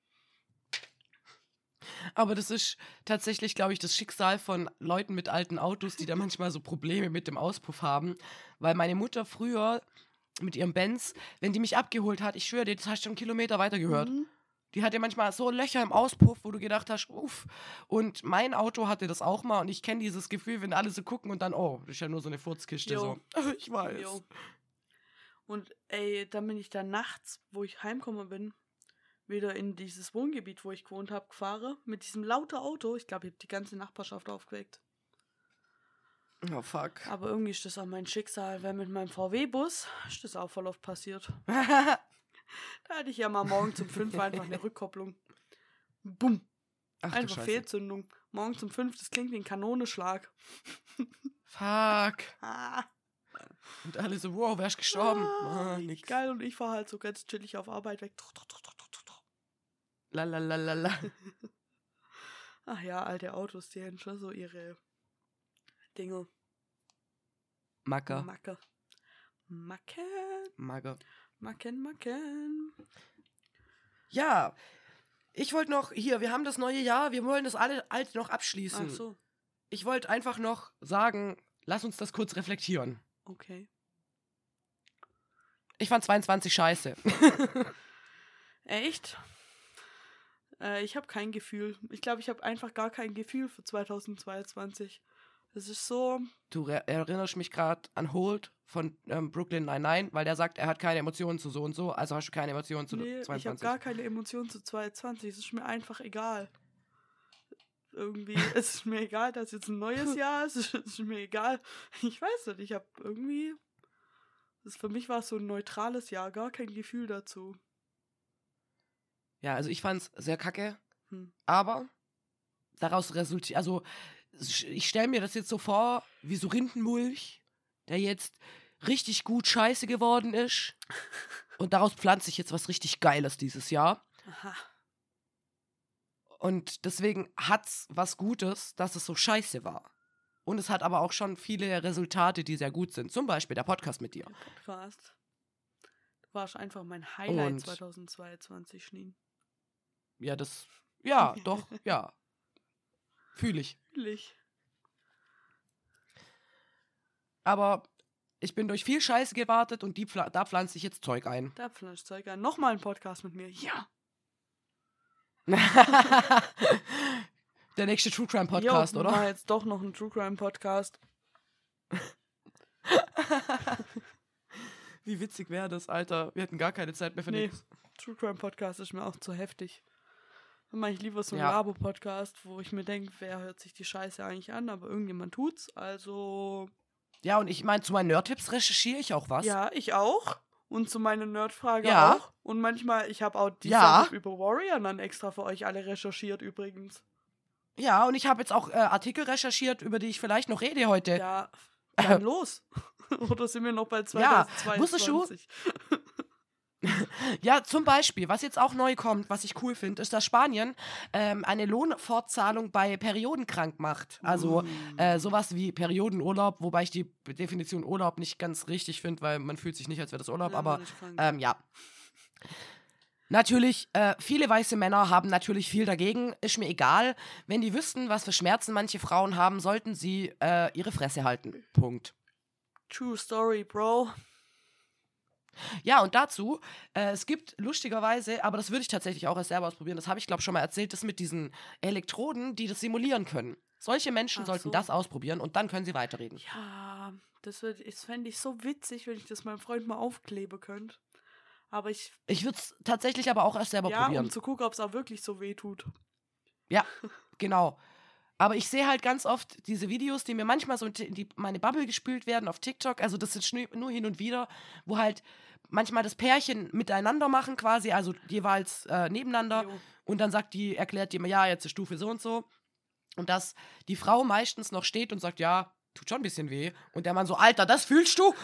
Speaker 2: Aber das ist tatsächlich, glaube ich, das Schicksal von Leuten mit alten Autos, die da manchmal so Probleme mit dem Auspuff haben. Weil meine Mutter früher mit ihrem Benz, wenn die mich abgeholt hat, ich schwöre dir, das hast du schon einen Kilometer weiter gehört.
Speaker 1: Mhm.
Speaker 2: Die hatte manchmal so Löcher im Auspuff, wo du gedacht hast, uff. Und mein Auto hatte das auch mal und ich kenne dieses Gefühl, wenn alle so gucken und dann, oh, das ist ja nur so eine Furzkiste.
Speaker 1: Jo.
Speaker 2: So. Ich weiß.
Speaker 1: Jo. Und ey, dann bin ich dann nachts, wo ich heimgekommen bin, wieder in dieses Wohngebiet, wo ich gewohnt habe, gefahren. Mit diesem lauten Auto. Ich glaube, ich habe die ganze Nachbarschaft aufgeweckt.
Speaker 2: Oh, fuck.
Speaker 1: Aber irgendwie ist das auch mein Schicksal, weil mit meinem V W-Bus ist das auch voll oft passiert. Da hatte ich ja mal morgen um fünf einfach eine Rückkopplung. Bumm.
Speaker 2: Ach, du
Speaker 1: Einfach
Speaker 2: Scheiße.
Speaker 1: Fehlzündung. Morgen um fünf, das klingt wie ein Kanonenschlag.
Speaker 2: Fuck.
Speaker 1: Ah,
Speaker 2: Und alle so, wow, wärst gestorben.
Speaker 1: ah,
Speaker 2: Ah,
Speaker 1: richtig
Speaker 2: nix.
Speaker 1: geil. Und ich fahre halt so ganz chillig auf Arbeit weg.
Speaker 2: Lalalala.
Speaker 1: Ach ja, alte Autos, die haben schon so ihre Dinge.
Speaker 2: Macker.
Speaker 1: Macke. Macken.
Speaker 2: Macker.
Speaker 1: Macken, Macken.
Speaker 2: Ja, ich wollte noch, hier, wir haben das neue Jahr, wir wollen das alle alt noch abschließen.
Speaker 1: Ach so,
Speaker 2: Ich wollte einfach noch sagen, lass uns das kurz reflektieren.
Speaker 1: okay.
Speaker 2: Ich fand zweiundzwanzig scheiße.
Speaker 1: Echt? Äh, ich habe kein Gefühl. Ich glaube, ich habe einfach gar kein Gefühl für zweitausendzweiundzwanzig. Das ist so...
Speaker 2: Du re- erinnerst mich gerade an Holt von ähm, Brooklyn Nine-Nine, weil der sagt, er hat keine Emotionen zu so und so, also hast du keine Emotionen zu
Speaker 1: Nee, ich habe
Speaker 2: zweiundzwanzig.
Speaker 1: gar keine Emotionen zu zweiundzwanzig. Es ist mir einfach egal. Irgendwie, es ist mir egal, dass jetzt ein neues Jahr ist. Es ist mir egal. Ich weiß nicht, ich habe irgendwie... Das für mich war es so ein neutrales Jahr, gar kein Gefühl dazu.
Speaker 2: Ja, also ich fand's sehr kacke,
Speaker 1: Hm.
Speaker 2: aber daraus resultiert, also ich stelle mir das jetzt so vor, wie so Rindenmulch, der jetzt richtig gut scheiße geworden ist und daraus pflanzt sich jetzt was richtig Geiles dieses Jahr.
Speaker 1: Aha.
Speaker 2: Und deswegen hat's was Gutes, dass es so scheiße war. Und es hat aber auch schon viele Resultate, die sehr gut sind. Zum Beispiel der Podcast mit dir.
Speaker 1: Podcast. Du warst einfach mein Highlight
Speaker 2: Und-
Speaker 1: zweitausendzweiundzwanzig, Schneen.
Speaker 2: Ja, das, ja, doch, ja. Fühle ich.
Speaker 1: Natürlich.
Speaker 2: Aber ich bin durch viel Scheiße gewartet und die, pfla- da pflanze ich jetzt Zeug ein.
Speaker 1: Da Pflanzzeug an. Nochmal ein Podcast mit mir. Ja.
Speaker 2: Der nächste True Crime Podcast,
Speaker 1: jo,
Speaker 2: oder?
Speaker 1: Mal jetzt doch noch ein True Crime Podcast.
Speaker 2: Wie witzig wäre das, Alter. Wir hätten gar keine Zeit mehr für
Speaker 1: Nee.
Speaker 2: nichts.
Speaker 1: True Crime Podcast ist mir auch zu heftig. Dann mache ich lieber so einen
Speaker 2: Ja.
Speaker 1: Labo-Podcast, wo ich mir denke, wer hört sich die Scheiße eigentlich an, aber irgendjemand tut's. Also,
Speaker 2: Ja, und ich meine, zu meinen Nerd-Tipps recherchiere ich auch was.
Speaker 1: ja, ich auch. Und zu meiner Nerdfrage
Speaker 2: Ja.
Speaker 1: auch. Und manchmal, ich habe auch die
Speaker 2: Ja.
Speaker 1: Sachen über Warrior dann extra für euch alle recherchiert übrigens.
Speaker 2: Ja, und ich habe jetzt auch äh, Artikel recherchiert, über die ich vielleicht noch rede heute.
Speaker 1: Ja, dann los. Oder sind wir noch bei
Speaker 2: Ja,
Speaker 1: zweitausendzweiundzwanzig?
Speaker 2: wusstest du? Ja, zum Beispiel, was jetzt auch neu kommt, was ich cool finde, ist, dass Spanien ähm, eine Lohnfortzahlung bei Perioden krank macht. Also äh, sowas wie Periodenurlaub, wobei ich die Definition Urlaub nicht ganz richtig finde, weil man fühlt sich nicht, als wäre das Urlaub,
Speaker 1: Ja,
Speaker 2: aber
Speaker 1: man ist krank.
Speaker 2: ähm, ja. Natürlich, äh, viele weiße Männer haben natürlich viel dagegen. Ist mir egal. Wenn die wüssten, was für Schmerzen manche Frauen haben, sollten sie äh, ihre Fresse halten. Punkt.
Speaker 1: True story, Bro.
Speaker 2: Ja, und dazu, äh, es gibt lustigerweise, aber das würde ich tatsächlich auch erst selber ausprobieren, das habe ich glaube schon mal erzählt, das mit diesen Elektroden, die das simulieren können. Solche Menschen
Speaker 1: Ach
Speaker 2: sollten
Speaker 1: so.
Speaker 2: das ausprobieren und dann können sie weiterreden.
Speaker 1: Ja, das, würd- das fände ich so witzig, wenn ich das meinem Freund mal aufkleben könnte. Aber ich,
Speaker 2: Ich würde es tatsächlich aber auch erst selber
Speaker 1: ja,
Speaker 2: probieren.
Speaker 1: um zu gucken, ob es auch wirklich so weh tut.
Speaker 2: Ja, genau. Aber ich sehe halt ganz oft diese Videos, die mir manchmal so in die, die, meine Bubble gespült werden auf TikTok. Also das ist nur, nur hin und wieder, wo halt manchmal das Pärchen miteinander machen quasi, also jeweils äh, nebeneinander.
Speaker 1: Jo.
Speaker 2: Und dann sagt die, erklärt die immer, ja, jetzt ist Stufe so und so. Und dass die Frau meistens noch steht und sagt, ja, tut schon ein bisschen weh. Und der Mann so, Alter, das fühlst du?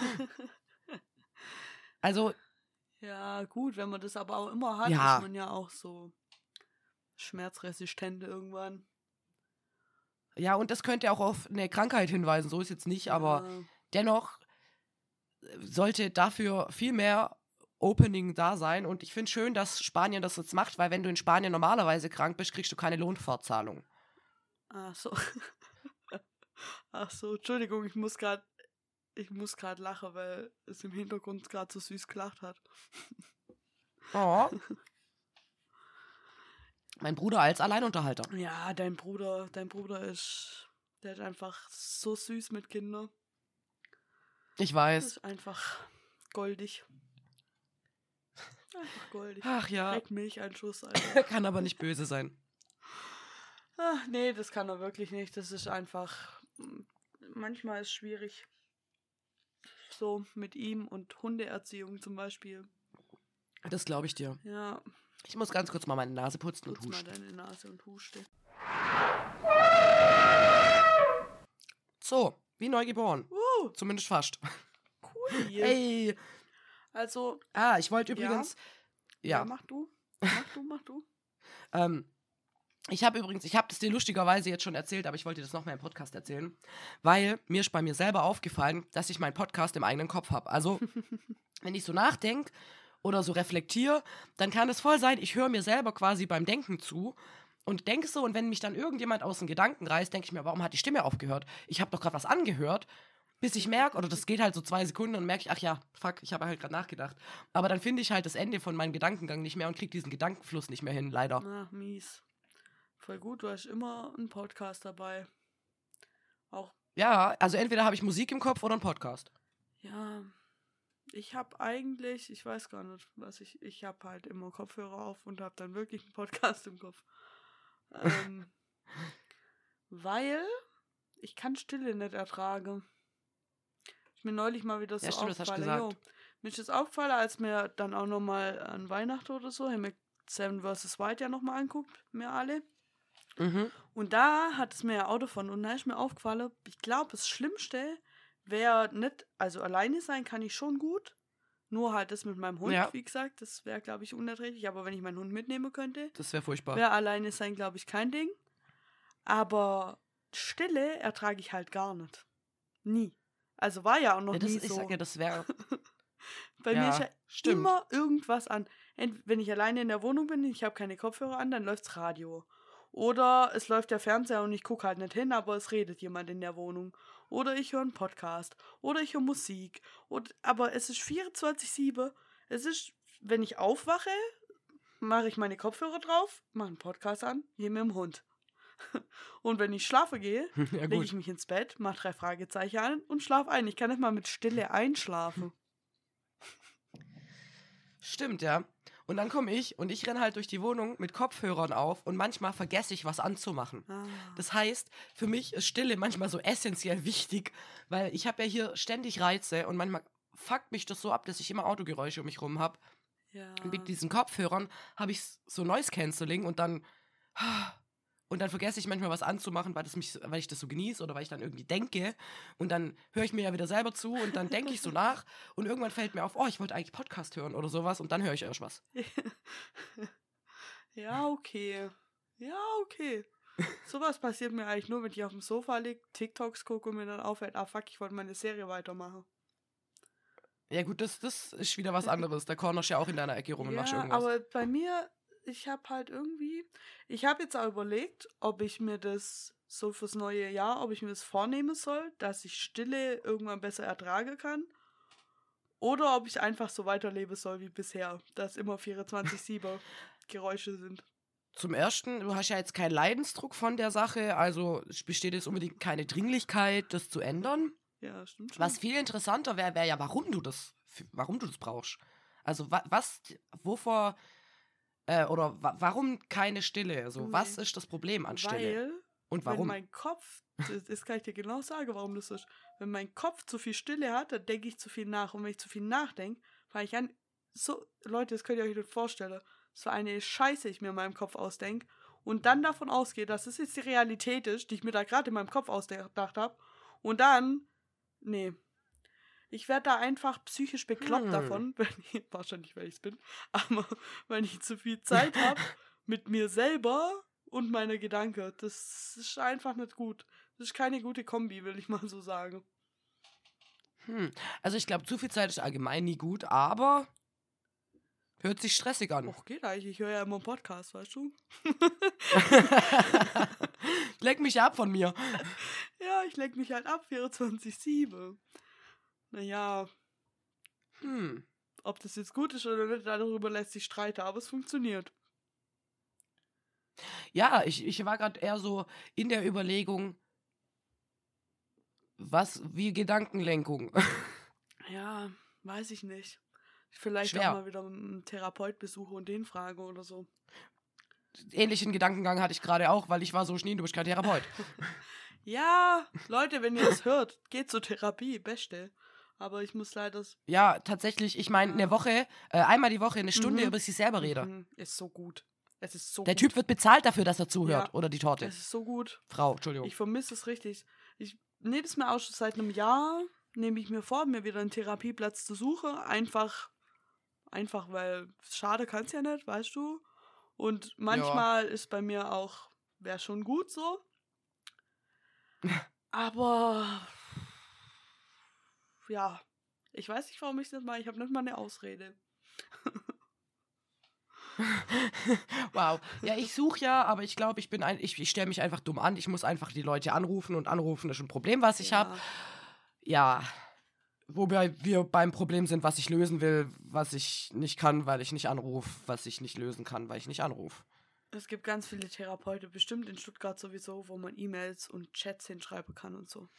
Speaker 2: Also,
Speaker 1: Ja, gut, wenn man das aber auch immer hat,
Speaker 2: Ja.
Speaker 1: ist man ja auch so schmerzresistent irgendwann.
Speaker 2: ja, und das könnte auch auf eine Krankheit hinweisen, so ist jetzt nicht, aber
Speaker 1: Ja.
Speaker 2: dennoch sollte dafür viel mehr Opening da sein. Und ich finde schön, dass Spanien das jetzt macht, weil wenn du in Spanien normalerweise krank bist, kriegst du keine Lohnfortzahlung.
Speaker 1: Ach so. Ach so, Entschuldigung, ich muss gerade ich muss gerade lachen, weil es im Hintergrund gerade so süß gelacht hat.
Speaker 2: Oh. Mein Bruder als Alleinunterhalter.
Speaker 1: Ja, dein Bruder, dein Bruder ist, der ist einfach so süß mit Kindern.
Speaker 2: Ich
Speaker 1: Das
Speaker 2: weiß.
Speaker 1: ist einfach goldig. Einfach goldig.
Speaker 2: Ach ja,
Speaker 1: Direkt Milcheinschuss, Alter.
Speaker 2: kann aber nicht böse sein.
Speaker 1: Ach, nee, das kann er wirklich nicht. Das ist einfach, mm, manchmal ist es schwierig. So mit ihm und Hundeerziehung zum Beispiel.
Speaker 2: Das glaube ich dir.
Speaker 1: Ja,
Speaker 2: Ich muss ganz kurz mal meine Nase putzen und
Speaker 1: putz mal
Speaker 2: husten.
Speaker 1: deine Nase und huste.
Speaker 2: So, wie neu geboren.
Speaker 1: Uh,
Speaker 2: Zumindest fast.
Speaker 1: cool.
Speaker 2: Hey.
Speaker 1: Also,
Speaker 2: Ah, ich wollte
Speaker 1: Ja.
Speaker 2: übrigens.
Speaker 1: ja,
Speaker 2: Ja.
Speaker 1: mach du. Mach du, mach du.
Speaker 2: Ähm, ich habe übrigens, ich habe das dir lustigerweise jetzt schon erzählt, aber ich wollte dir das noch mal im Podcast erzählen, weil mir ist bei mir selber aufgefallen, dass ich meinen Podcast im eigenen Kopf habe. Also, wenn ich so nachdenke oder so reflektiere, dann kann es voll sein, ich höre mir selber quasi beim Denken zu und denke so, und wenn mich dann irgendjemand aus den Gedanken reißt, denke ich mir, warum hat die Stimme aufgehört? Ich habe doch gerade was angehört, bis ich merke, oder das geht halt so zwei Sekunden und merke ich, ach ja, fuck, ich habe halt gerade nachgedacht. Aber dann finde ich halt das Ende von meinem Gedankengang nicht mehr und kriege diesen Gedankenfluss nicht mehr hin, leider.
Speaker 1: Na, mies. Voll gut, du hast immer einen Podcast dabei. Auch,
Speaker 2: Ja, also entweder habe ich Musik im Kopf oder einen Podcast.
Speaker 1: ja, ich habe eigentlich, ich weiß gar nicht, was ich, ich habe halt immer Kopfhörer auf und habe dann wirklich einen Podcast im Kopf. Ähm, weil ich kann Stille nicht ertragen. Ich mir neulich mal wieder so
Speaker 2: Ja, stimmt, das hast du
Speaker 1: aufgefallen.
Speaker 2: gesagt.
Speaker 1: Jo, mir ist das aufgefallen, als mir dann auch nochmal an Weihnachten oder so, haben wir Seven versus. Wild ja nochmal anguckt, mir alle.
Speaker 2: Mhm.
Speaker 1: Und da hat es mir ja auch davon. Und da ist mir aufgefallen, ich glaube, das Schlimmste wäre nicht, also alleine sein kann ich schon gut. Nur halt das mit meinem Hund,
Speaker 2: Ja.
Speaker 1: wie gesagt, das wäre, glaube ich, unerträglich. Aber wenn ich meinen Hund mitnehmen könnte,
Speaker 2: Das wäre furchtbar.
Speaker 1: wäre alleine sein, glaube ich, kein Ding. Aber Stille ertrage ich halt gar nicht. Nie. Also war ja auch noch
Speaker 2: Ja, das,
Speaker 1: nie
Speaker 2: ich
Speaker 1: so.
Speaker 2: sag ja, das wäre.
Speaker 1: Bei mir ist ja
Speaker 2: stimmt.
Speaker 1: immer irgendwas an. Ent wenn ich alleine in der Wohnung bin, ich habe keine Kopfhörer an, dann läuft's Radio. Oder es läuft der Fernseher und ich gucke halt nicht hin, aber es redet jemand in der Wohnung. Oder ich höre einen Podcast. Oder ich höre Musik. Und, aber es ist vierundzwanzig sieben. Es ist, wenn ich aufwache, mache ich meine Kopfhörer drauf, mache einen Podcast an, gehe mit dem Hund. Und wenn ich schlafen gehe,
Speaker 2: Ja,
Speaker 1: lege
Speaker 2: gut.
Speaker 1: ich mich ins Bett, mache drei Fragezeichen an und schlafe ein. Ich kann nicht mal mit Stille einschlafen.
Speaker 2: Stimmt, ja. Und dann komme ich und ich renne halt durch die Wohnung mit Kopfhörern auf und manchmal vergesse ich, was anzumachen.
Speaker 1: Ah.
Speaker 2: Das heißt, für mich ist Stille manchmal so essentiell wichtig, weil ich habe ja hier ständig Reize und manchmal fuckt mich das so ab, dass ich immer Autogeräusche um mich rum habe.
Speaker 1: Ja.
Speaker 2: Und mit diesen Kopfhörern habe ich so Noise Cancelling und dann und dann vergesse ich manchmal was anzumachen, weil, das mich, weil ich das so genieße oder weil ich dann irgendwie denke und dann höre ich mir ja wieder selber zu und dann denke ich so nach und irgendwann fällt mir auf, oh, ich wollte eigentlich Podcast hören oder sowas und dann höre ich erst was.
Speaker 1: Ja, okay. Ja, okay. Sowas passiert mir eigentlich nur, wenn ich auf dem Sofa liege, TikToks gucke und mir dann auffällt, ah fuck, ich wollte meine Serie weitermachen.
Speaker 2: Ja gut, das, das ist wieder was anderes. Da cornerst ja auch in deiner Ecke rum und machst
Speaker 1: Ja,
Speaker 2: irgendwas.
Speaker 1: aber bei mir, ich habe halt irgendwie, ich habe jetzt auch überlegt, ob ich mir das so fürs neue Jahr, ob ich mir das vornehmen soll, dass ich Stille irgendwann besser ertragen kann. Oder ob ich einfach so weiterleben soll wie bisher, dass immer vierundzwanzig sieben Geräusche sind.
Speaker 2: Zum Ersten, du hast ja jetzt keinen Leidensdruck von der Sache, also es besteht jetzt unbedingt keine Dringlichkeit, das zu ändern.
Speaker 1: Ja, stimmt schon.
Speaker 2: Was viel interessanter wäre, wäre ja, warum du das, warum du das brauchst. Also wa, was, wovor, äh, oder wa, warum keine Stille? Also
Speaker 1: Nee.
Speaker 2: was ist das Problem an Stille?
Speaker 1: Weil,
Speaker 2: Und
Speaker 1: wenn
Speaker 2: warum?
Speaker 1: mein Kopf, das, das kann ich dir genau sagen, warum das ist. Wenn mein Kopf zu viel Stille hat, dann denke ich zu viel nach. Und wenn ich zu viel nachdenke, fange ich an, so, Leute, das könnt ihr euch nicht vorstellen, so eine Scheiße ich mir in meinem Kopf ausdenke und dann davon ausgehe, dass es jetzt die Realität ist, die ich mir da gerade in meinem Kopf ausgedacht habe. Und dann, nee. Ich werde da einfach psychisch bekloppt
Speaker 2: Hm.
Speaker 1: davon, wenn ich, wahrscheinlich, weil ich es bin, aber wenn ich zu viel Zeit habe mit mir selber und meiner Gedanken. Das ist einfach nicht gut. Das ist keine gute Kombi, will ich mal so sagen.
Speaker 2: Hm. Also ich glaube, zu viel Zeit ist allgemein nie gut, aber hört sich stressig an.
Speaker 1: Och, geht eigentlich. Ich höre ja immer einen Podcast, weißt du?
Speaker 2: Leck mich ab von mir.
Speaker 1: Ja, ich lenk mich halt ab, vierundzwanzig sieben. Naja,
Speaker 2: Hm.
Speaker 1: ob das jetzt gut ist oder nicht, darüber lässt sich streiten, aber es funktioniert.
Speaker 2: Ja, ich, ich war gerade eher so in der Überlegung, was, wie Gedankenlenkung.
Speaker 1: Ja, weiß ich nicht. Vielleicht
Speaker 2: Schwer.
Speaker 1: auch mal wieder einen Therapeut besuche und den frage oder so.
Speaker 2: Ähnlichen Gedankengang hatte ich gerade auch, weil ich war so schnell, du bist kein Therapeut.
Speaker 1: Ja, Leute, wenn ihr das hört, geht zur Therapie, beste. Aber ich muss leider...
Speaker 2: Ja, tatsächlich, ich meine, eine Woche, äh, einmal die Woche eine Stunde
Speaker 1: Mhm.
Speaker 2: über sich selber rede.
Speaker 1: Mhm, ist so gut. Es ist so
Speaker 2: Der
Speaker 1: gut.
Speaker 2: Typ wird bezahlt dafür, dass er zuhört.
Speaker 1: Ja.
Speaker 2: Oder die Torte.
Speaker 1: Es ist so gut.
Speaker 2: Frau, Entschuldigung.
Speaker 1: Ich vermisse es richtig. Ich nehme es mir auch schon seit einem Jahr, nehme ich mir vor, mir wieder einen Therapieplatz zu suchen. Einfach, einfach, weil schade kann es ja nicht, weißt du. Und manchmal ist bei mir auch, wäre schon gut so. Aber, ja, ich weiß nicht, warum ich das mache. Ich habe nicht mal eine Ausrede.
Speaker 2: Wow. Ja, ich suche ja, aber ich glaube, ich bin ein, ich, ich stelle mich einfach dumm an. Ich muss einfach die Leute anrufen und anrufen ist ein Problem, was ich
Speaker 1: Ja.
Speaker 2: habe. Ja. Wobei wir beim Problem sind, was ich lösen will, was ich nicht kann, weil ich nicht anrufe, was ich nicht lösen kann, weil ich nicht anrufe.
Speaker 1: Es gibt ganz viele Therapeuten, bestimmt in Stuttgart sowieso, wo man E-Mails und Chats hinschreiben kann und so.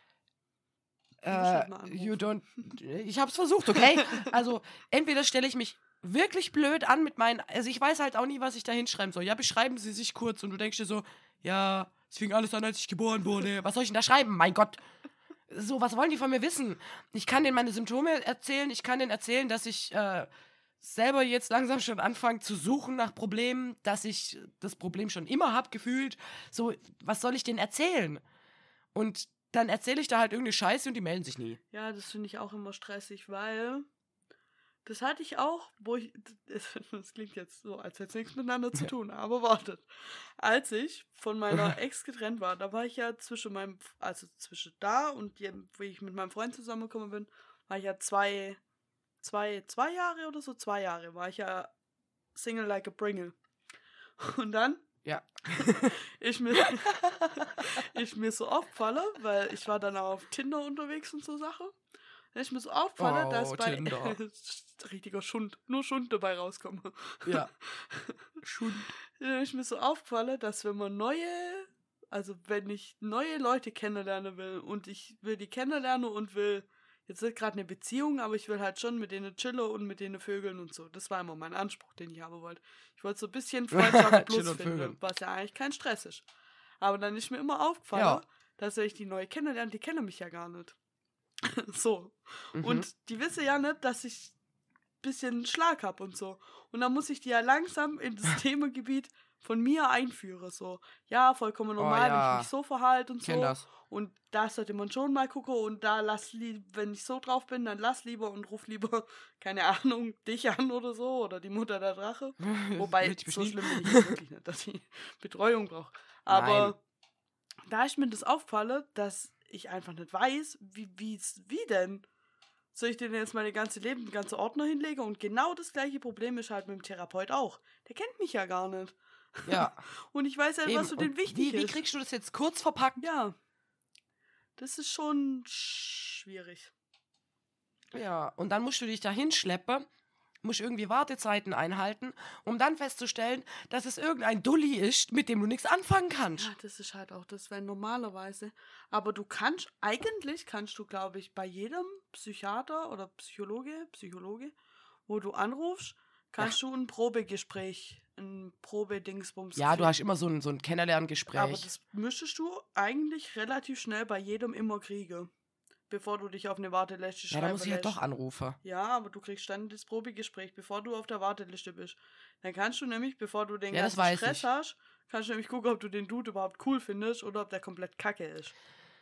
Speaker 2: Äh,
Speaker 1: halt mal anrufen.
Speaker 2: you don't. Ich hab's versucht, okay? Also, entweder stelle ich mich wirklich blöd an mit meinen. Also, ich weiß halt auch nie, was ich da hinschreiben soll. Ja, beschreiben Sie sich kurz und du denkst dir so, ja, es fing alles an, als ich geboren wurde. Was soll ich denn da schreiben? Mein Gott. So, was wollen die von mir wissen? Ich kann denen meine Symptome erzählen. Ich kann denen erzählen, dass ich äh, selber jetzt langsam schon anfange zu suchen nach Problemen, dass ich das Problem schon immer habe gefühlt. So, was soll ich denen erzählen? Und dann erzähle ich da halt irgendeine Scheiße und die melden sich nie.
Speaker 1: Ja, das finde ich auch immer stressig, weil das hatte ich auch, wo ich, das, das klingt jetzt so, als hätte es nichts miteinander zu
Speaker 2: Ja.
Speaker 1: tun, aber wartet. Als ich von meiner Ex getrennt war, da war ich ja zwischen meinem, also zwischen da und dem, wo ich mit meinem Freund zusammengekommen bin, war ich ja zwei, zwei, zwei Jahre oder so, zwei Jahre, war ich ja Single like a Pringle. Und dann
Speaker 2: Ja.
Speaker 1: ich mir, ich mir so aufgefalle, weil ich war dann auch auf Tinder unterwegs und so Sache. Da ist mir so aufgefallen,
Speaker 2: Oh,
Speaker 1: dass bei
Speaker 2: Tinder.
Speaker 1: richtiger Schund, nur Schund dabei rauskomme.
Speaker 2: Ja. Schund.
Speaker 1: Da ist mir so aufgefallen, dass wenn man neue, also wenn ich neue Leute kennenlernen will und ich will die kennenlernen und will, jetzt nicht gerade eine Beziehung, aber ich will halt schon mit denen chillen und mit denen vögeln und so. Das war immer mein Anspruch, den ich haben wollte. Ich wollte so ein bisschen Freundschaft plus
Speaker 2: Chillen und
Speaker 1: finden,
Speaker 2: vögeln.
Speaker 1: was ja eigentlich kein Stress ist. Aber dann ist mir immer aufgefallen,
Speaker 2: Ja.
Speaker 1: dass wenn ich die neu kennenlerne, die kennen mich ja gar nicht. So.
Speaker 2: Mhm.
Speaker 1: Und die wissen ja nicht, dass ich ein bisschen Schlag habe und so. Und dann muss ich die ja langsam in das Themengebiet von mir einführe. So, ja, vollkommen normal,
Speaker 2: ja.
Speaker 1: wenn ich mich so verhalte und
Speaker 2: Kenn
Speaker 1: so.
Speaker 2: das.
Speaker 1: Und da sollte man schon mal gucken und da lass lieb, wenn ich so drauf bin, dann lass lieber und ruf lieber, keine Ahnung, dich an oder so oder die Mutter der Drache. Wobei,
Speaker 2: Möchte ich
Speaker 1: so
Speaker 2: beschnieben.
Speaker 1: schlimm bin ich jetzt wirklich nicht, dass ich Betreuung brauche. Aber
Speaker 2: Nein.
Speaker 1: da ist mir das aufgefallen, dass ich einfach nicht weiß, wie, wie's, wie denn? Soll ich denn jetzt meine ganze Leben, den ganzen Ordner hinlegen? Und genau das gleiche Problem ist halt mit dem Therapeut auch. Der kennt mich ja gar nicht.
Speaker 2: Ja.
Speaker 1: Und ich weiß ja,
Speaker 2: Eben.
Speaker 1: was für den
Speaker 2: Und
Speaker 1: wichtig
Speaker 2: wie, wie
Speaker 1: ist.
Speaker 2: kriegst du das jetzt kurz verpackt?
Speaker 1: Ja. Das ist schon schwierig.
Speaker 2: Ja, und dann musst du dich da hinschleppen, musst irgendwie Wartezeiten einhalten, um dann festzustellen, dass es irgendein Dulli ist, mit dem du nichts anfangen kannst.
Speaker 1: Ja, das ist halt auch das, wenn normalerweise. Aber du kannst, eigentlich kannst du, glaube ich, bei jedem Psychiater oder Psychologe, Psychologe, wo du anrufst, kannst ja. du ein Probegespräch, ein Probedingsbums
Speaker 2: Ja, kriegen. Du hast immer so ein, so ein Kennenlerngespräch.
Speaker 1: Aber das müsstest du eigentlich relativ schnell bei jedem immer kriegen. Bevor du dich auf eine Warteliste schreibst.
Speaker 2: Ja, da muss ich halt doch anrufen.
Speaker 1: Ja, aber du kriegst dann das Probegespräch, bevor du auf der Warteliste bist. Dann kannst du nämlich, bevor du den
Speaker 2: ja,
Speaker 1: ganzen Stress
Speaker 2: ich.
Speaker 1: hast, kannst du nämlich gucken, ob du den Dude überhaupt cool findest oder ob der komplett kacke ist.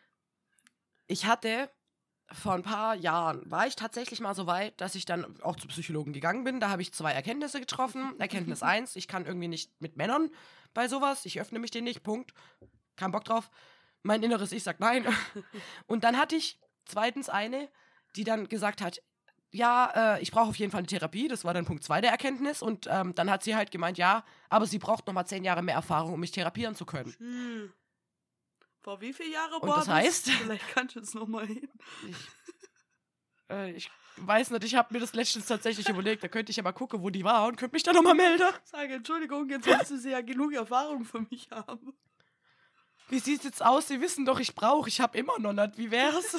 Speaker 2: Ich hatte vor ein paar Jahren, war ich tatsächlich mal so weit, dass ich dann auch zu Psychologen gegangen bin. Da habe ich zwei Erkenntnisse getroffen. Erkenntnis eins, ich kann irgendwie nicht mit Männern bei sowas. Ich öffne mich denen nicht, Punkt. Kein Bock drauf. Mein inneres Ich sagt nein. Und dann hatte ich zweitens eine, die dann gesagt hat, ja, äh, ich brauche auf jeden Fall eine Therapie. Das war dann Punkt zwei der Erkenntnis. Und ähm, dann hat sie halt gemeint, ja, aber sie braucht noch mal zehn Jahre mehr Erfahrung, um mich therapieren zu können.
Speaker 1: Hm. Vor wie viele Jahre
Speaker 2: Und das heißt?
Speaker 1: Vielleicht kannst du es noch mal hin.
Speaker 2: Ich, äh, ich weiß nicht, ich habe mir das letztens tatsächlich überlegt. Da könnte ich ja mal gucken, wo die war und könnte mich dann noch mal melden.
Speaker 1: Sage, Entschuldigung, jetzt müsste sie ja genug Erfahrung für mich haben.
Speaker 2: Wie sieht's jetzt aus? Sie wissen doch, ich brauche. Ich habe immer noch nicht. Wie wär's?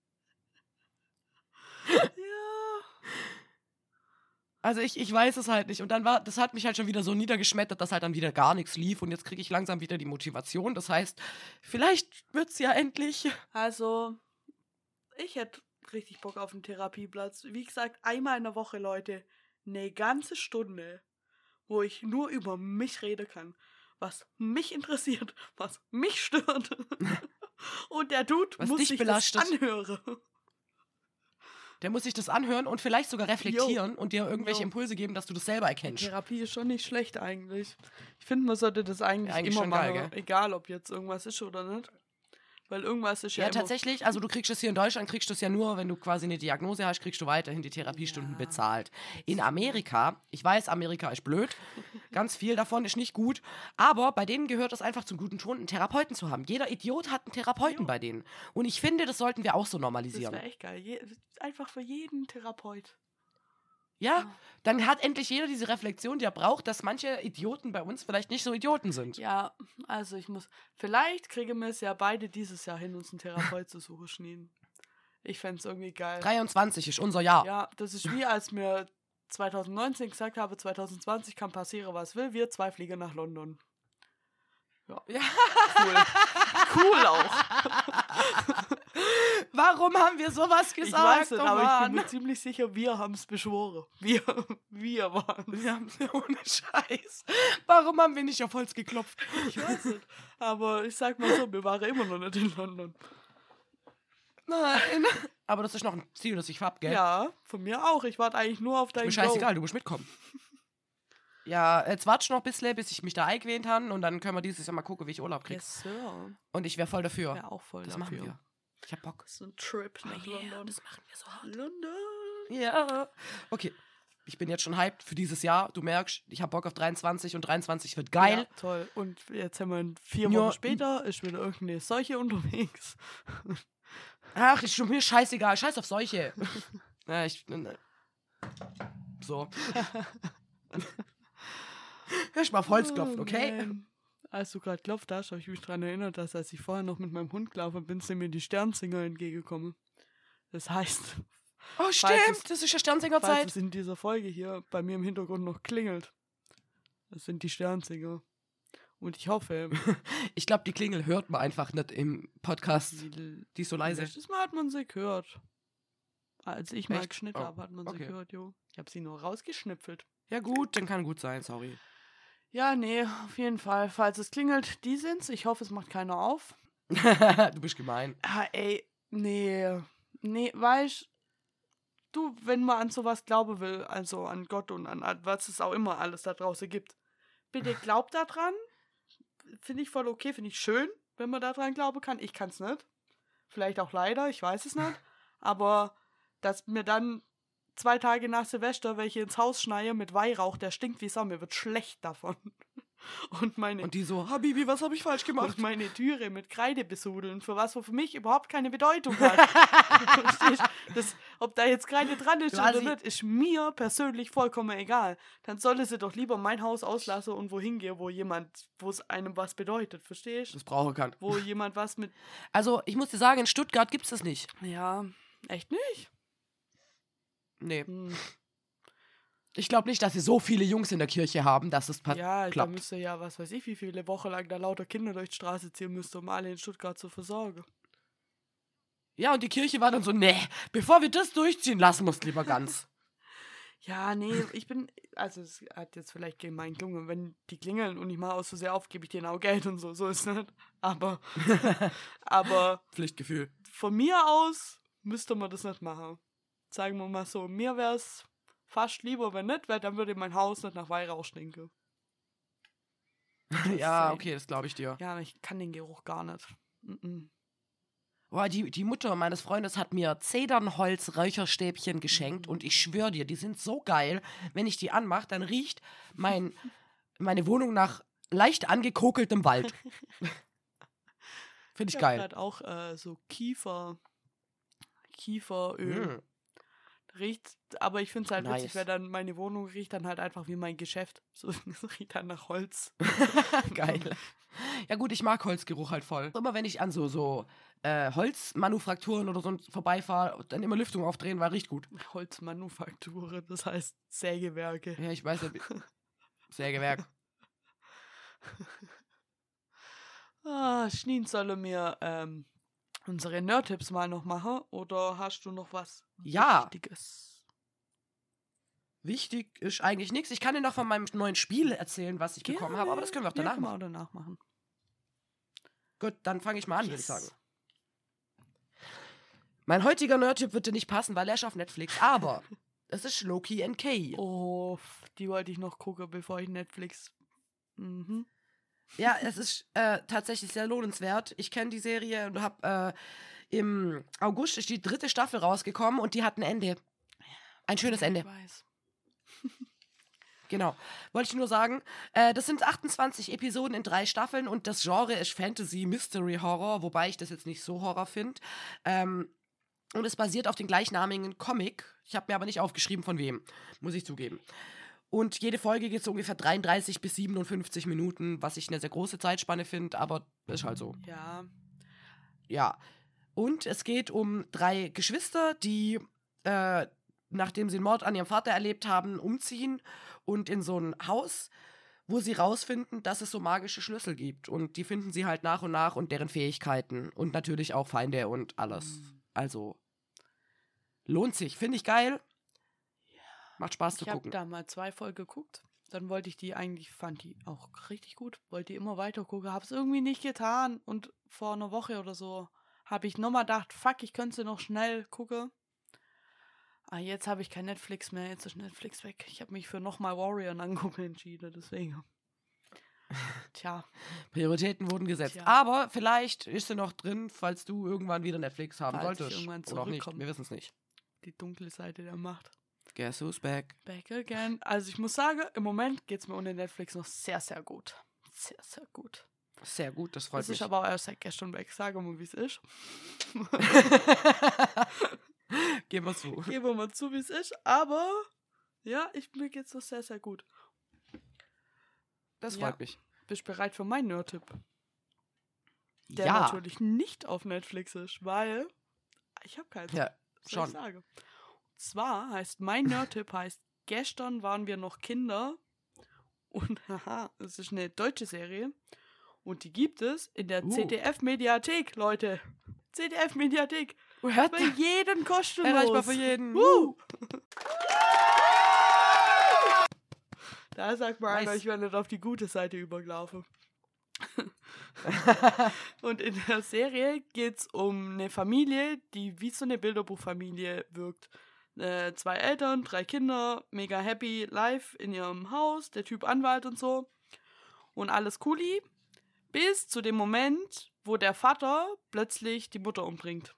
Speaker 1: Ja.
Speaker 2: Also ich, ich weiß es halt nicht. Und dann war, das hat mich halt schon wieder so niedergeschmettert, dass halt dann wieder gar nichts lief. Und jetzt kriege ich langsam wieder die Motivation. Das heißt, vielleicht wird's ja endlich.
Speaker 1: Also, ich hätte richtig Bock auf einen Therapieplatz. Wie gesagt, einmal in der Woche, Leute. Eine ganze Stunde, wo ich nur über mich reden kann. Was mich interessiert, was mich stört. Und der Dude
Speaker 2: was
Speaker 1: muss
Speaker 2: dich
Speaker 1: sich
Speaker 2: belastet.
Speaker 1: das anhören.
Speaker 2: Der muss sich das anhören und vielleicht sogar reflektieren
Speaker 1: Jo.
Speaker 2: und dir irgendwelche
Speaker 1: Jo.
Speaker 2: Impulse geben, dass du das selber erkennst.
Speaker 1: Therapie ist schon nicht schlecht eigentlich. Ich finde, man sollte das eigentlich,
Speaker 2: Ja, eigentlich
Speaker 1: immer
Speaker 2: schon
Speaker 1: machen,
Speaker 2: geil, gell?
Speaker 1: egal ob jetzt irgendwas ist oder nicht. Weil irgendwas ist ja,
Speaker 2: Ja,
Speaker 1: immer...
Speaker 2: tatsächlich, also du kriegst das hier in Deutschland, kriegst du es ja nur, wenn du quasi eine Diagnose hast, kriegst du weiterhin die Therapiestunden
Speaker 1: Ja.
Speaker 2: bezahlt. In Amerika, ich weiß, Amerika ist blöd, ganz viel davon ist nicht gut, aber bei denen gehört es einfach zum guten Ton, einen Therapeuten zu haben. Jeder Idiot hat einen Therapeuten
Speaker 1: Jo.
Speaker 2: bei denen. Und ich finde, das sollten wir auch so
Speaker 1: Das
Speaker 2: normalisieren.
Speaker 1: wäre echt geil. Je, einfach für jeden Therapeut.
Speaker 2: Ja, dann hat endlich jeder diese Reflexion, die er braucht, dass manche Idioten bei uns vielleicht nicht so Idioten sind.
Speaker 1: Ja, also ich muss... Vielleicht kriegen wir es ja beide dieses Jahr hin, uns einen Therapeut zu suchen, Schneen. Ich fände es irgendwie geil.
Speaker 2: dreiundzwanzig ist unser Jahr.
Speaker 1: Ja, das ist wie als mir zwanzig neunzehn gesagt habe, zwanzig zwanzig kann passieren, was will. Wir zwei fliegen nach London. Ja,
Speaker 2: Ja.
Speaker 1: cool. Cool auch.
Speaker 2: Warum haben wir sowas gesagt?
Speaker 1: Ich weiß nicht,
Speaker 2: oh
Speaker 1: aber ich
Speaker 2: Mann.
Speaker 1: bin mir ziemlich sicher, wir haben es beschworen. Wir, wir waren
Speaker 2: Wir haben ohne Scheiß. Warum haben wir nicht auf Holz geklopft?
Speaker 1: Ich weiß nicht. Aber ich sag mal so, wir waren immer noch nicht in London.
Speaker 2: Nein. Aber das ist noch ein Ziel, das ich hab, gell?
Speaker 1: Ja, von mir auch. Ich warte eigentlich nur auf dein
Speaker 2: Mir scheißegal, du musst mitkommen. Ja, jetzt warte noch ein bisschen, bis ich mich da eingewähnt habe und dann können wir dieses Jahr mal gucken, wie ich Urlaub krieg.
Speaker 1: Yes, Sir.
Speaker 2: Und ich wäre voll dafür.
Speaker 1: Ja, auch voll
Speaker 2: das
Speaker 1: dafür.
Speaker 2: machen wir. Ich hab Bock.
Speaker 1: So ein Trip nach
Speaker 2: Oh yeah,
Speaker 1: London.
Speaker 2: das machen wir so hart.
Speaker 1: London.
Speaker 2: Ja. Okay. Ich bin jetzt schon hyped für dieses Jahr. Du merkst, ich hab Bock auf dreiundzwanzig und dreiundzwanzig wird geil.
Speaker 1: Ja, toll. Und jetzt haben wir vier
Speaker 2: Ja.
Speaker 1: Wochen später, ist wieder irgendeine Seuche unterwegs.
Speaker 2: Ach, ist schon mir scheißegal. Scheiß auf solche. Ja, ich. Ne. So. Hörst mal auf Holz klopfen, okay?
Speaker 1: man. Als du gerade klopft hast, habe ich mich daran erinnert, dass als ich vorher noch mit meinem Hund gelaufen bin, sind mir die Sternsinger entgegengekommen. Das heißt,
Speaker 2: Oh,
Speaker 1: Falls
Speaker 2: stimmt.
Speaker 1: es-
Speaker 2: Das ist ja
Speaker 1: falls
Speaker 2: Sternsingerzeit.
Speaker 1: es in dieser Folge hier bei mir im Hintergrund noch klingelt, das sind die Sternsinger. Und ich hoffe,
Speaker 2: Ich glaube, die Klingel hört man einfach nicht im Podcast.
Speaker 1: die,
Speaker 2: Die ist so leise.
Speaker 1: letztes Mal hat man sie gehört. Als ich mal
Speaker 2: Echt?
Speaker 1: geschnitten
Speaker 2: Oh,
Speaker 1: habe, hat man sie
Speaker 2: okay.
Speaker 1: gehört, jo. Ich habe sie nur rausgeschnipfelt.
Speaker 2: Ja gut, dann kann gut sein, sorry.
Speaker 1: Ja, nee, auf jeden Fall. Falls es klingelt, die sind's. Ich hoffe, es macht keiner auf.
Speaker 2: Du bist gemein.
Speaker 1: Ah, ey, nee. Nee, weißt du, wenn man an sowas glauben will, also an Gott und an, an was es auch immer alles da draußen gibt, bitte glaubt da dran. Finde ich voll okay, finde ich schön, wenn man da dran glauben kann. Ich kann's nicht. Vielleicht auch leider, ich weiß es nicht. Aber dass mir dann zwei Tage nach Silvester welche ins Haus schneie mit Weihrauch, der stinkt wie Sau, mir wird schlecht davon. Und meine,
Speaker 2: Und die so, Habibi, was habe ich falsch gemacht?
Speaker 1: und meine Türe mit Kreide besudeln, für was, wo für mich überhaupt keine Bedeutung hat. Verstehst? Das, ob da jetzt Kreide dran ist
Speaker 2: Quasi-
Speaker 1: oder nicht, ist mir persönlich vollkommen egal. Dann soll sie doch lieber mein Haus auslassen und wohin gehen, wo jemand, wo es einem was bedeutet, verstehst?
Speaker 2: Das brauche kann.
Speaker 1: Wo jemand was mit...
Speaker 2: Also, ich muss dir sagen, in Stuttgart gibt's das nicht.
Speaker 1: Ja, echt nicht?
Speaker 2: Nee.
Speaker 1: Hm.
Speaker 2: Ich glaube nicht, dass sie so viele Jungs in der Kirche haben, dass es pa-
Speaker 1: Ja, da
Speaker 2: klappt.
Speaker 1: müsste ja, was weiß ich, wie viele Wochen lang da lauter Kinder durch die Straße ziehen müsste, um alle in Stuttgart zu versorgen.
Speaker 2: Ja, und die Kirche war dann so, nee, bevor wir das durchziehen, lassen wir es lieber ganz.
Speaker 1: Ja, nee, ich bin, also es hat jetzt vielleicht gemein gelungen, wenn die klingeln und ich mal aus so sehr auf, gebe ich denen auch Geld und so, so ist es nicht. Aber, aber
Speaker 2: Pflichtgefühl.
Speaker 1: von mir aus müsste man das nicht machen. Sagen wir mal so, mir wäre es fast lieber, wenn nicht, weil dann würde mein Haus nicht nach Weihrauch stinken.
Speaker 2: Ja,
Speaker 1: sein.
Speaker 2: okay, das glaube ich dir.
Speaker 1: Ja, aber ich kann den Geruch gar nicht. Mm-mm.
Speaker 2: Boah, die, die Mutter meines Freundes hat mir Zedernholz-Räucherstäbchen geschenkt und ich schwöre dir, die sind so geil. Wenn ich die anmache, dann riecht mein, meine Wohnung nach leicht angekokeltem Wald. Finde ich
Speaker 1: Ich hab
Speaker 2: geil.
Speaker 1: grad auch äh, so Kiefer, Kieferöl.
Speaker 2: Mm.
Speaker 1: Riecht, aber ich finde es halt
Speaker 2: Nice.
Speaker 1: witzig, weil dann meine Wohnung riecht dann halt einfach wie mein Geschäft. So, es riecht dann nach Holz.
Speaker 2: Geil. Ja gut, ich mag Holzgeruch halt voll. Immer wenn ich an so, so äh, Holzmanufakturen oder so vorbeifahre, dann immer Lüftung aufdrehen, weil riecht gut.
Speaker 1: Holzmanufaktur, das heißt Sägewerke.
Speaker 2: Ja, ich weiß ja. Sägewerk.
Speaker 1: Ah, Schneen solle mir ähm, unsere Nerd-Tipps mal noch machen oder hast du noch was
Speaker 2: Ja.
Speaker 1: Wichtiges?
Speaker 2: Wichtig ist eigentlich nichts. Ich kann dir noch von meinem neuen Spiel erzählen, was ich bekommen habe, aber das können wir auch
Speaker 1: ja,
Speaker 2: danach
Speaker 1: können wir
Speaker 2: machen.
Speaker 1: auch danach machen.
Speaker 2: Gut, dann fange ich mal an, würde ich
Speaker 1: Yes.
Speaker 2: sagen. Mein heutiger Nerd-Tipp wird dir nicht passen, weil er ist auf Netflix, aber es ist Loki and Kay.
Speaker 1: Oh, die wollte ich noch gucken, bevor ich Netflix... Mhm.
Speaker 2: Ja, es ist äh, tatsächlich sehr lohnenswert. Ich kenne die Serie und habe äh, im August ist die dritte Staffel rausgekommen und die hat ein Ende. Ein schönes Ende.
Speaker 1: Ich weiß.
Speaker 2: Genau. Wollte ich nur sagen. Äh, das sind achtundzwanzig Episoden in drei Staffeln und das Genre ist Fantasy, Mystery, Horror, wobei ich das jetzt nicht so Horror finde. Ähm, und es basiert auf den gleichnamigen Comic. Ich habe mir aber nicht aufgeschrieben, von wem, muss ich zugeben. Und jede Folge geht so ungefähr dreiunddreißig bis siebenundfünfzig Minuten, was ich eine sehr große Zeitspanne finde, aber ist halt so.
Speaker 1: Ja.
Speaker 2: Ja. Und es geht um drei Geschwister, die, äh, nachdem sie einen Mord an ihrem Vater erlebt haben, umziehen und in so ein Haus, wo sie rausfinden, dass es so magische Schlüssel gibt. Und die finden sie halt nach und nach und deren Fähigkeiten. Und natürlich auch Feinde und alles.
Speaker 1: Mhm.
Speaker 2: Also, lohnt sich. Finde ich geil. Macht Spaß zu
Speaker 1: Ich habe
Speaker 2: gucken.
Speaker 1: da mal zwei Folgen geguckt. Dann wollte ich die eigentlich, fand die auch richtig gut. Wollte die immer weiter gucken. Habe es irgendwie nicht getan. Und vor einer Woche oder so habe ich nochmal gedacht, fuck, ich könnte sie noch schnell gucken. Ah, jetzt habe ich kein Netflix mehr. Jetzt ist Netflix weg. Ich habe mich für nochmal Warrior angucken entschieden. Deswegen. Tja.
Speaker 2: Prioritäten wurden gesetzt.
Speaker 1: Tja.
Speaker 2: Aber vielleicht ist sie noch drin, falls du irgendwann wieder Netflix haben
Speaker 1: Falls ich
Speaker 2: solltest.
Speaker 1: irgendwann
Speaker 2: Oder auch nicht.
Speaker 1: zurückkomme.
Speaker 2: Wir wissen es nicht.
Speaker 1: Die dunkle Seite der Macht.
Speaker 2: Guess who's back?
Speaker 1: Back again. Also ich muss sagen, im Moment geht es mir ohne Netflix noch sehr, sehr gut. Sehr, sehr gut.
Speaker 2: Sehr gut, das freut
Speaker 1: Das
Speaker 2: mich.
Speaker 1: ist aber auch erst seit gestern weg. Sag mal, wie es ist.
Speaker 2: Gehen wir zu.
Speaker 1: Geben wir mal zu, wie es ist. Aber ja, ich, mir geht's noch sehr, sehr gut.
Speaker 2: Das
Speaker 1: Ja.
Speaker 2: freut mich.
Speaker 1: Bist du bereit für meinen Nerd-Tipp? Der
Speaker 2: Ja.
Speaker 1: natürlich nicht auf Netflix ist, weil ich habe keinen.
Speaker 2: Ja,
Speaker 1: Was soll ich
Speaker 2: schon.
Speaker 1: sagen? Und zwar heißt mein Nerd-Tipp heißt, gestern waren wir noch Kinder und haha, es ist eine deutsche Serie und die gibt es in der
Speaker 2: Uh.
Speaker 1: Z D F-Mediathek, Leute. Z D F-Mediathek.
Speaker 2: Hört
Speaker 1: Bei jedem kostenlos.
Speaker 2: erreichbar für jeden.
Speaker 1: Uh. Da sagt mal einer,
Speaker 2: Nice.
Speaker 1: ich werde nicht auf die gute Seite übergelaufen. Und in der Serie geht's um eine Familie, die wie so eine Bilderbuchfamilie wirkt. Äh, zwei Eltern, drei Kinder, mega happy live in ihrem Haus, der Typ Anwalt und so. Und alles cooli. Bis zu dem Moment, wo der Vater plötzlich die Mutter umbringt.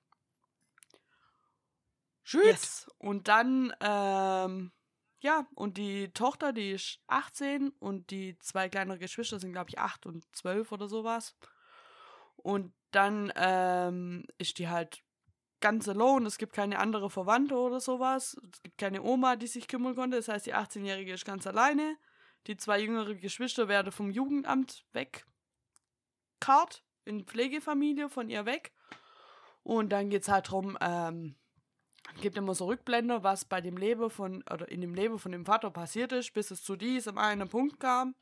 Speaker 2: Shit.
Speaker 1: Yes. Und dann, ähm, ja, und die Tochter, die ist achtzehn und die zwei kleinere Geschwister sind, glaube ich, acht und zwölf oder sowas. Und dann ähm, ist die halt ganz alone. Es gibt keine andere Verwandte oder sowas. Es gibt keine Oma, die sich kümmern konnte. Das heißt, die achtzehnjährige ist ganz alleine. Die zwei jüngeren Geschwister werden vom Jugendamt wegkarrt, in Pflegefamilie von ihr weg. Und dann geht es halt darum, ähm, gibt immer so Rückblende, was bei dem Leben von, oder in dem Leben von dem Vater passiert ist, bis es zu diesem einen Punkt kam.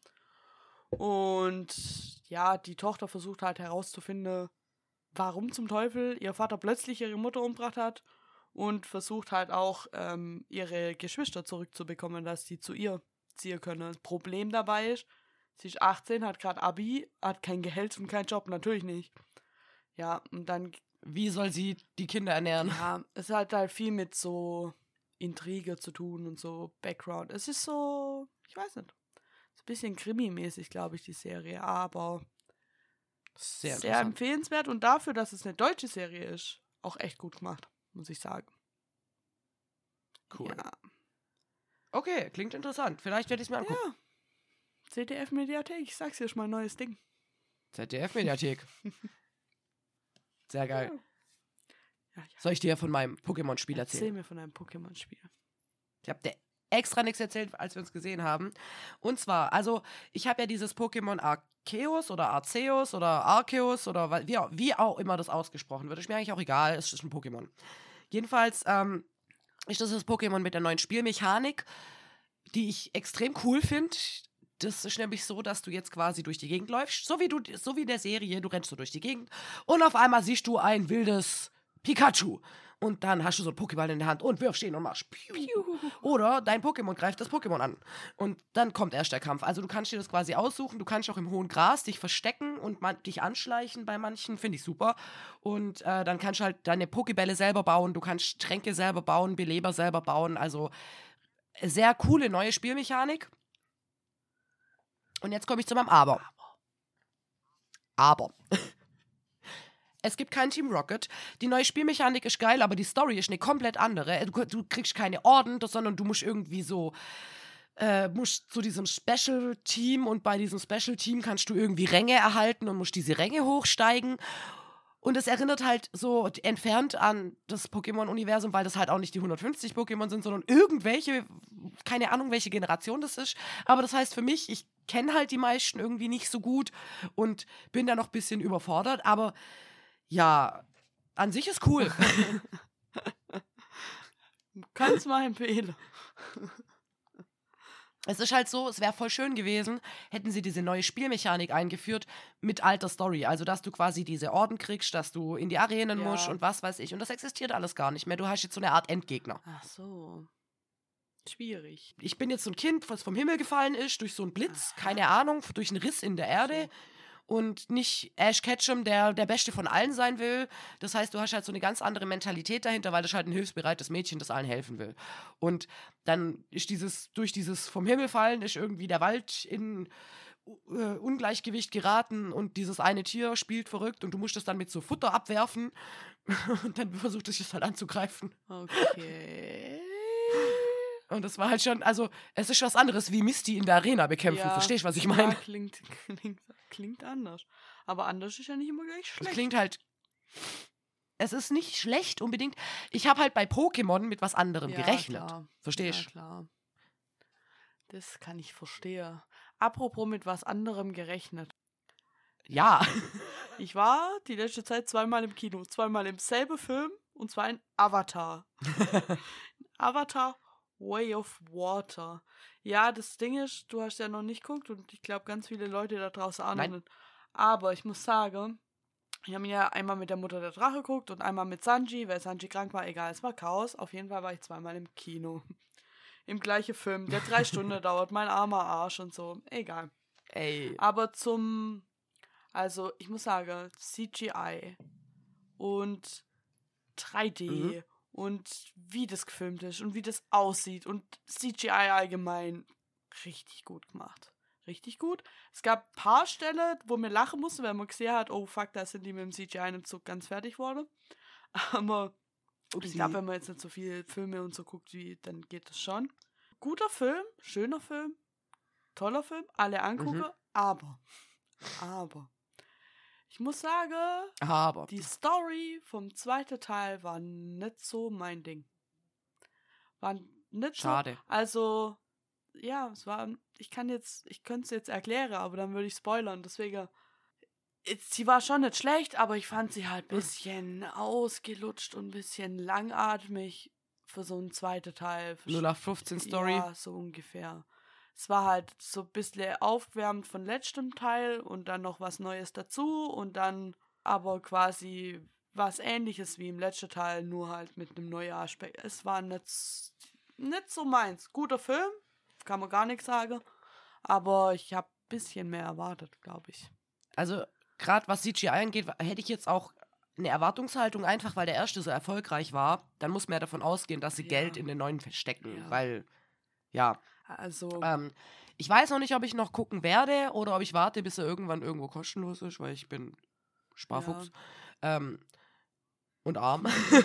Speaker 1: Und ja, die Tochter versucht halt herauszufinden, warum zum Teufel ihr Vater plötzlich ihre Mutter umgebracht hat und versucht halt auch, ähm, ihre Geschwister zurückzubekommen, dass sie zu ihr ziehen können. Das Problem dabei ist, sie ist achtzehn, hat gerade Abi, hat kein Gehalt und keinen Job, natürlich nicht. Ja, und dann
Speaker 2: Wie soll sie die Kinder ernähren?
Speaker 1: ja, es hat halt viel mit so Intrige zu tun und so Background. Es ist so, ich weiß nicht, so ein bisschen Krimi-mäßig, glaube ich, die Serie, aber
Speaker 2: Sehr,
Speaker 1: sehr
Speaker 2: interessant.
Speaker 1: empfehlenswert und dafür, dass es eine deutsche Serie ist, auch echt gut gemacht, muss ich sagen.
Speaker 2: Cool.
Speaker 1: Ja,
Speaker 2: Okay, klingt interessant. Vielleicht werde ich es mir angucken.
Speaker 1: ja. C D F-Mediathek, ich sag's dir, ist mein neues Ding.
Speaker 2: Z D F-Mediathek. Sehr geil.
Speaker 1: Ja, ja.
Speaker 2: Soll ich dir von meinem Pokémon-Spiel
Speaker 1: Erzähl
Speaker 2: erzählen?
Speaker 1: mir von einem Pokémon-Spiel.
Speaker 2: Ich habe dir extra nichts erzählt, als wir uns gesehen haben. Und zwar, also, ich habe ja dieses Pokémon Arceus oder Arceus oder Arceus oder wa- wie, au- wie auch immer das ausgesprochen wird. Ist mir eigentlich auch egal, es ist ein Pokémon. Jedenfalls ähm, ist das das Pokémon mit der neuen Spielmechanik, die ich extrem cool finde. Das ist nämlich so, dass du jetzt quasi durch die Gegend läufst, so wie du, so wie in der Serie, du rennst so durch die Gegend und auf einmal siehst du ein wildes Pikachu. Und dann hast du so einen Pokéball in der Hand und wirfst ihn und machst Piu. Oder dein Pokémon greift das Pokémon an. Und dann kommt erst der Kampf. Also du kannst dir das quasi aussuchen. Du kannst auch im hohen Gras dich verstecken und man, dich anschleichen bei manchen. Finde ich super. Und äh, dann kannst du halt deine Pokébälle selber bauen. Du kannst Tränke selber bauen, Beleber selber bauen. Also sehr coole neue Spielmechanik. Und jetzt komme ich zu meinem Aber. Aber. Es gibt kein Team Rocket. Die neue Spielmechanik ist geil, aber die Story ist eine komplett andere. Du, du kriegst keine Orden, sondern du musst irgendwie so äh, musst zu diesem Special-Team und bei diesem Special-Team kannst du irgendwie Ränge erhalten und musst diese Ränge hochsteigen. Und es erinnert halt so entfernt an das Pokémon-Universum, weil das halt auch nicht die hundertfünfzig Pokémon sind, sondern irgendwelche, keine Ahnung, welche Generation das ist. Aber das heißt für mich, ich kenne halt die meisten irgendwie nicht so gut und bin da noch ein bisschen überfordert. Aber ja, an sich ist cool.
Speaker 1: Kannst mal empfehlen.
Speaker 2: Es ist halt so, es wäre voll schön gewesen, hätten sie diese neue Spielmechanik eingeführt mit alter Story. Also, dass du quasi diese Orden kriegst, dass du in die Arenen
Speaker 1: Ja.
Speaker 2: musst und was weiß ich. Und das existiert alles gar nicht mehr. Du hast jetzt so eine Art Endgegner.
Speaker 1: Ach so. Schwierig.
Speaker 2: Ich bin jetzt so ein Kind, was vom Himmel gefallen ist, durch so einen Blitz,
Speaker 1: Aha.
Speaker 2: keine Ahnung, durch einen Riss in der Erde. Und nicht Ash Ketchum, der der Beste von allen sein will. Das heißt, du hast halt so eine ganz andere Mentalität dahinter, weil das halt ein hilfsbereites Mädchen, das allen helfen will. Und dann ist dieses, durch dieses vom Himmel fallen, ist irgendwie der Wald in äh, Ungleichgewicht geraten und dieses eine Tier spielt verrückt und du musst es dann mit so Futter abwerfen und dann versucht es sich halt anzugreifen.
Speaker 1: Okay.
Speaker 2: Und das war halt schon, also es ist was anderes wie Misty in der Arena bekämpfen.
Speaker 1: Ja.
Speaker 2: Verstehst du, was ich
Speaker 1: Ja,
Speaker 2: meine?
Speaker 1: klingt, klingt, klingt anders. Aber anders ist ja nicht immer gleich
Speaker 2: Es
Speaker 1: schlecht.
Speaker 2: klingt halt. Es ist nicht schlecht unbedingt. Ich habe halt bei Pokémon mit was anderem
Speaker 1: Ja,
Speaker 2: gerechnet.
Speaker 1: klar.
Speaker 2: Verstehst
Speaker 1: Ja,
Speaker 2: du?
Speaker 1: klar. Das kann ich verstehen. Apropos mit was anderem gerechnet.
Speaker 2: Ja.
Speaker 1: Ich war die letzte Zeit zweimal im Kino. Zweimal im selben Film. Und zwar in Avatar. Avatar Way of Water. Ja, das Ding ist, du hast ja noch nicht geguckt und ich glaube, ganz viele Leute da draußen auch noch
Speaker 2: Nein.
Speaker 1: nicht. Aber ich muss sagen, ich habe mir ja einmal mit der Mutter der Drache geguckt und einmal mit Sanji, weil Sanji krank war. Egal, es war Chaos. Auf jeden Fall war ich zweimal im Kino. im gleichen Film, der drei Stunden dauert, mein armer Arsch und so. Egal.
Speaker 2: Ey.
Speaker 1: Aber zum, also ich muss sagen, C G I und drei D mhm. und wie das gefilmt ist und wie das aussieht und C G I allgemein richtig gut gemacht. Richtig gut. Es gab ein paar Stellen, wo mir lachen musste, weil man gesehen hat, oh fuck, da sind die mit dem C G I im Zug ganz fertig worden. Aber Upsi. Ich glaube, wenn man jetzt nicht so viele Filme und so guckt, wie, dann geht das schon. Guter Film, schöner Film, toller Film, alle angucken, mhm. aber, aber, ich muss sagen,
Speaker 2: aber.
Speaker 1: die Story vom zweiten Teil war nicht so mein Ding. War nicht
Speaker 2: Schade.
Speaker 1: so, also, ja, es war, ich kann jetzt, ich könnte es jetzt erklären, aber dann würde ich spoilern, deswegen, sie war schon nicht schlecht, aber ich fand sie halt ein bisschen ausgelutscht und ein bisschen langatmig für so einen zweiten Teil.
Speaker 2: null acht fünfzehn Story?
Speaker 1: Ja, so ungefähr. Es war halt so ein bisschen aufgewärmt von letztem Teil und dann noch was Neues dazu und dann aber quasi was Ähnliches wie im letzten Teil, nur halt mit einem neuen Aspekt. Es war nicht, nicht so meins. Guter Film, kann man gar nichts sagen, aber ich habe ein bisschen mehr erwartet, glaube ich.
Speaker 2: Also gerade was C G I angeht, hätte ich jetzt auch eine Erwartungshaltung, einfach weil der erste so erfolgreich war, dann muss man ja davon ausgehen, dass sie ja. Geld in den neuen stecken, ja. weil, ja.
Speaker 1: Also.
Speaker 2: Ähm, ich weiß noch nicht, ob ich noch gucken werde oder ob ich warte, bis er irgendwann irgendwo kostenlos ist, weil ich bin Sparfuchs ja. ähm, und arm.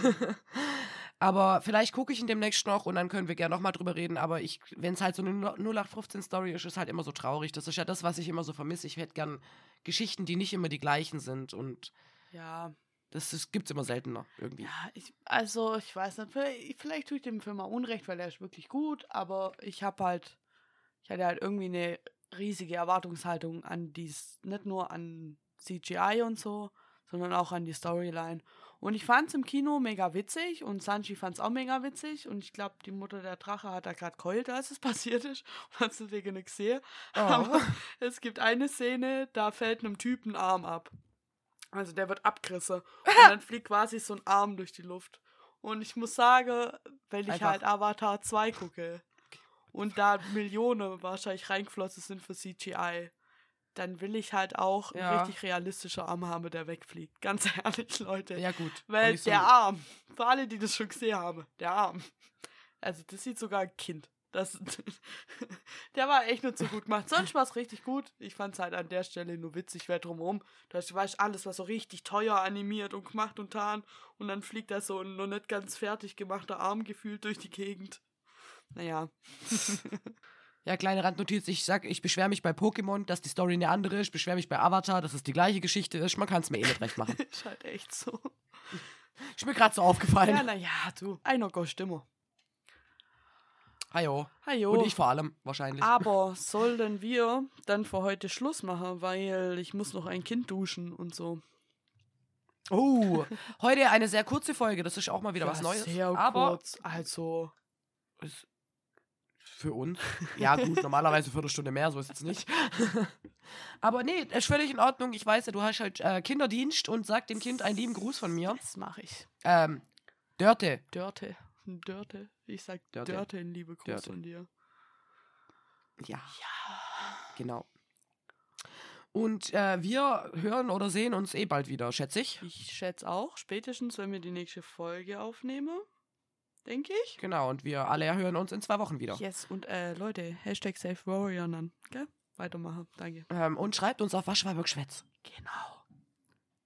Speaker 2: Aber vielleicht gucke ich ihn demnächst noch und dann können wir gerne nochmal drüber reden. Aber ich, wenn es halt so eine null acht fünfzehn Story ist, ist halt immer so traurig. Das ist ja das, was ich immer so vermisse. Ich hätte gern Geschichten, die nicht immer die gleichen sind. Und
Speaker 1: ja,
Speaker 2: das, das gibt es immer seltener irgendwie.
Speaker 1: Ja, ich, also ich weiß nicht, vielleicht, vielleicht tue ich dem Film mal Unrecht, weil der ist wirklich gut. Aber ich habe halt, ich hatte halt irgendwie eine riesige Erwartungshaltung an dies, nicht nur an C G I und so, sondern auch an die Storyline. Und ich fand es im Kino mega witzig und Sanji fand es auch mega witzig und ich glaube, die Mutter der Drache hat da gerade geheult, als es passiert ist und hat es deswegen nicht gesehen. Oh. Aber es gibt eine Szene, da fällt einem Typen ein Arm ab. Also der wird abgerissen und dann fliegt quasi so ein Arm durch die Luft. Und ich muss sagen, wenn ich Einfach. halt Avatar zwei gucke und da Millionen wahrscheinlich reingeflossen sind für C G I, dann will ich halt auch ja. einen richtig realistischen Arm haben, der wegfliegt. Ganz ehrlich, Leute.
Speaker 2: Ja, gut.
Speaker 1: Weil so der Arm, für alle, die das schon gesehen haben, der Arm, also das sieht sogar ein Kind. Das, der war echt nicht so gut gemacht. Sonst war es richtig gut. Ich fand es halt an der Stelle nur witzig, wer drumherum. Da weißt alles, was so richtig teuer animiert und gemacht und getan. Und dann fliegt da so ein noch nicht ganz fertig gemachter Arm gefühlt durch die Gegend. Naja.
Speaker 2: Ja, kleine Randnotiz, ich sag, ich beschwere mich bei Pokémon, dass die Story eine andere ist, ich beschwere mich bei Avatar, dass es die gleiche Geschichte ist, man kann es mir eh nicht recht machen.
Speaker 1: Ist halt echt so.
Speaker 2: Ist mir gerade so aufgefallen.
Speaker 1: Ja, naja, du, einer go Stimme.
Speaker 2: Hajo.
Speaker 1: Hajo.
Speaker 2: Und ich vor allem, wahrscheinlich.
Speaker 1: Aber sollen wir dann für heute Schluss machen, weil ich muss noch ein Kind duschen und so.
Speaker 2: Oh, heute eine sehr kurze Folge, das ist auch mal wieder
Speaker 1: ja,
Speaker 2: was Neues.
Speaker 1: Sehr
Speaker 2: aber
Speaker 1: kurz, also...
Speaker 2: Ist für uns. Ja gut, normalerweise eine Viertelstunde mehr, so ist es nicht. Aber nee, ist völlig in Ordnung. Ich weiß ja, du hast halt äh, Kinderdienst und sag dem Kind einen lieben Gruß von mir.
Speaker 1: Das mache ich.
Speaker 2: Ähm, Dörte.
Speaker 1: Dörte. Dörte. Ich sag Dörte, Dörte einen lieben Gruß Dörte. Von dir.
Speaker 2: Ja.
Speaker 1: Ja.
Speaker 2: Genau. Und äh, wir hören oder sehen uns eh bald wieder, schätze ich.
Speaker 1: Ich schätze auch. Spätestens, wenn wir die nächste Folge aufnehmen. Denke ich.
Speaker 2: Genau, und wir alle hören uns in zwei Wochen wieder.
Speaker 1: Yes, und äh, Leute, Hashtag Save Warrior dann, gell? Weitermachen, danke.
Speaker 2: Ähm, und schreibt uns auf Waschweibergschwätz.
Speaker 1: Genau.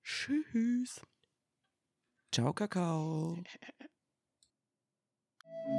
Speaker 1: Tschüss.
Speaker 2: Ciao, Kakao.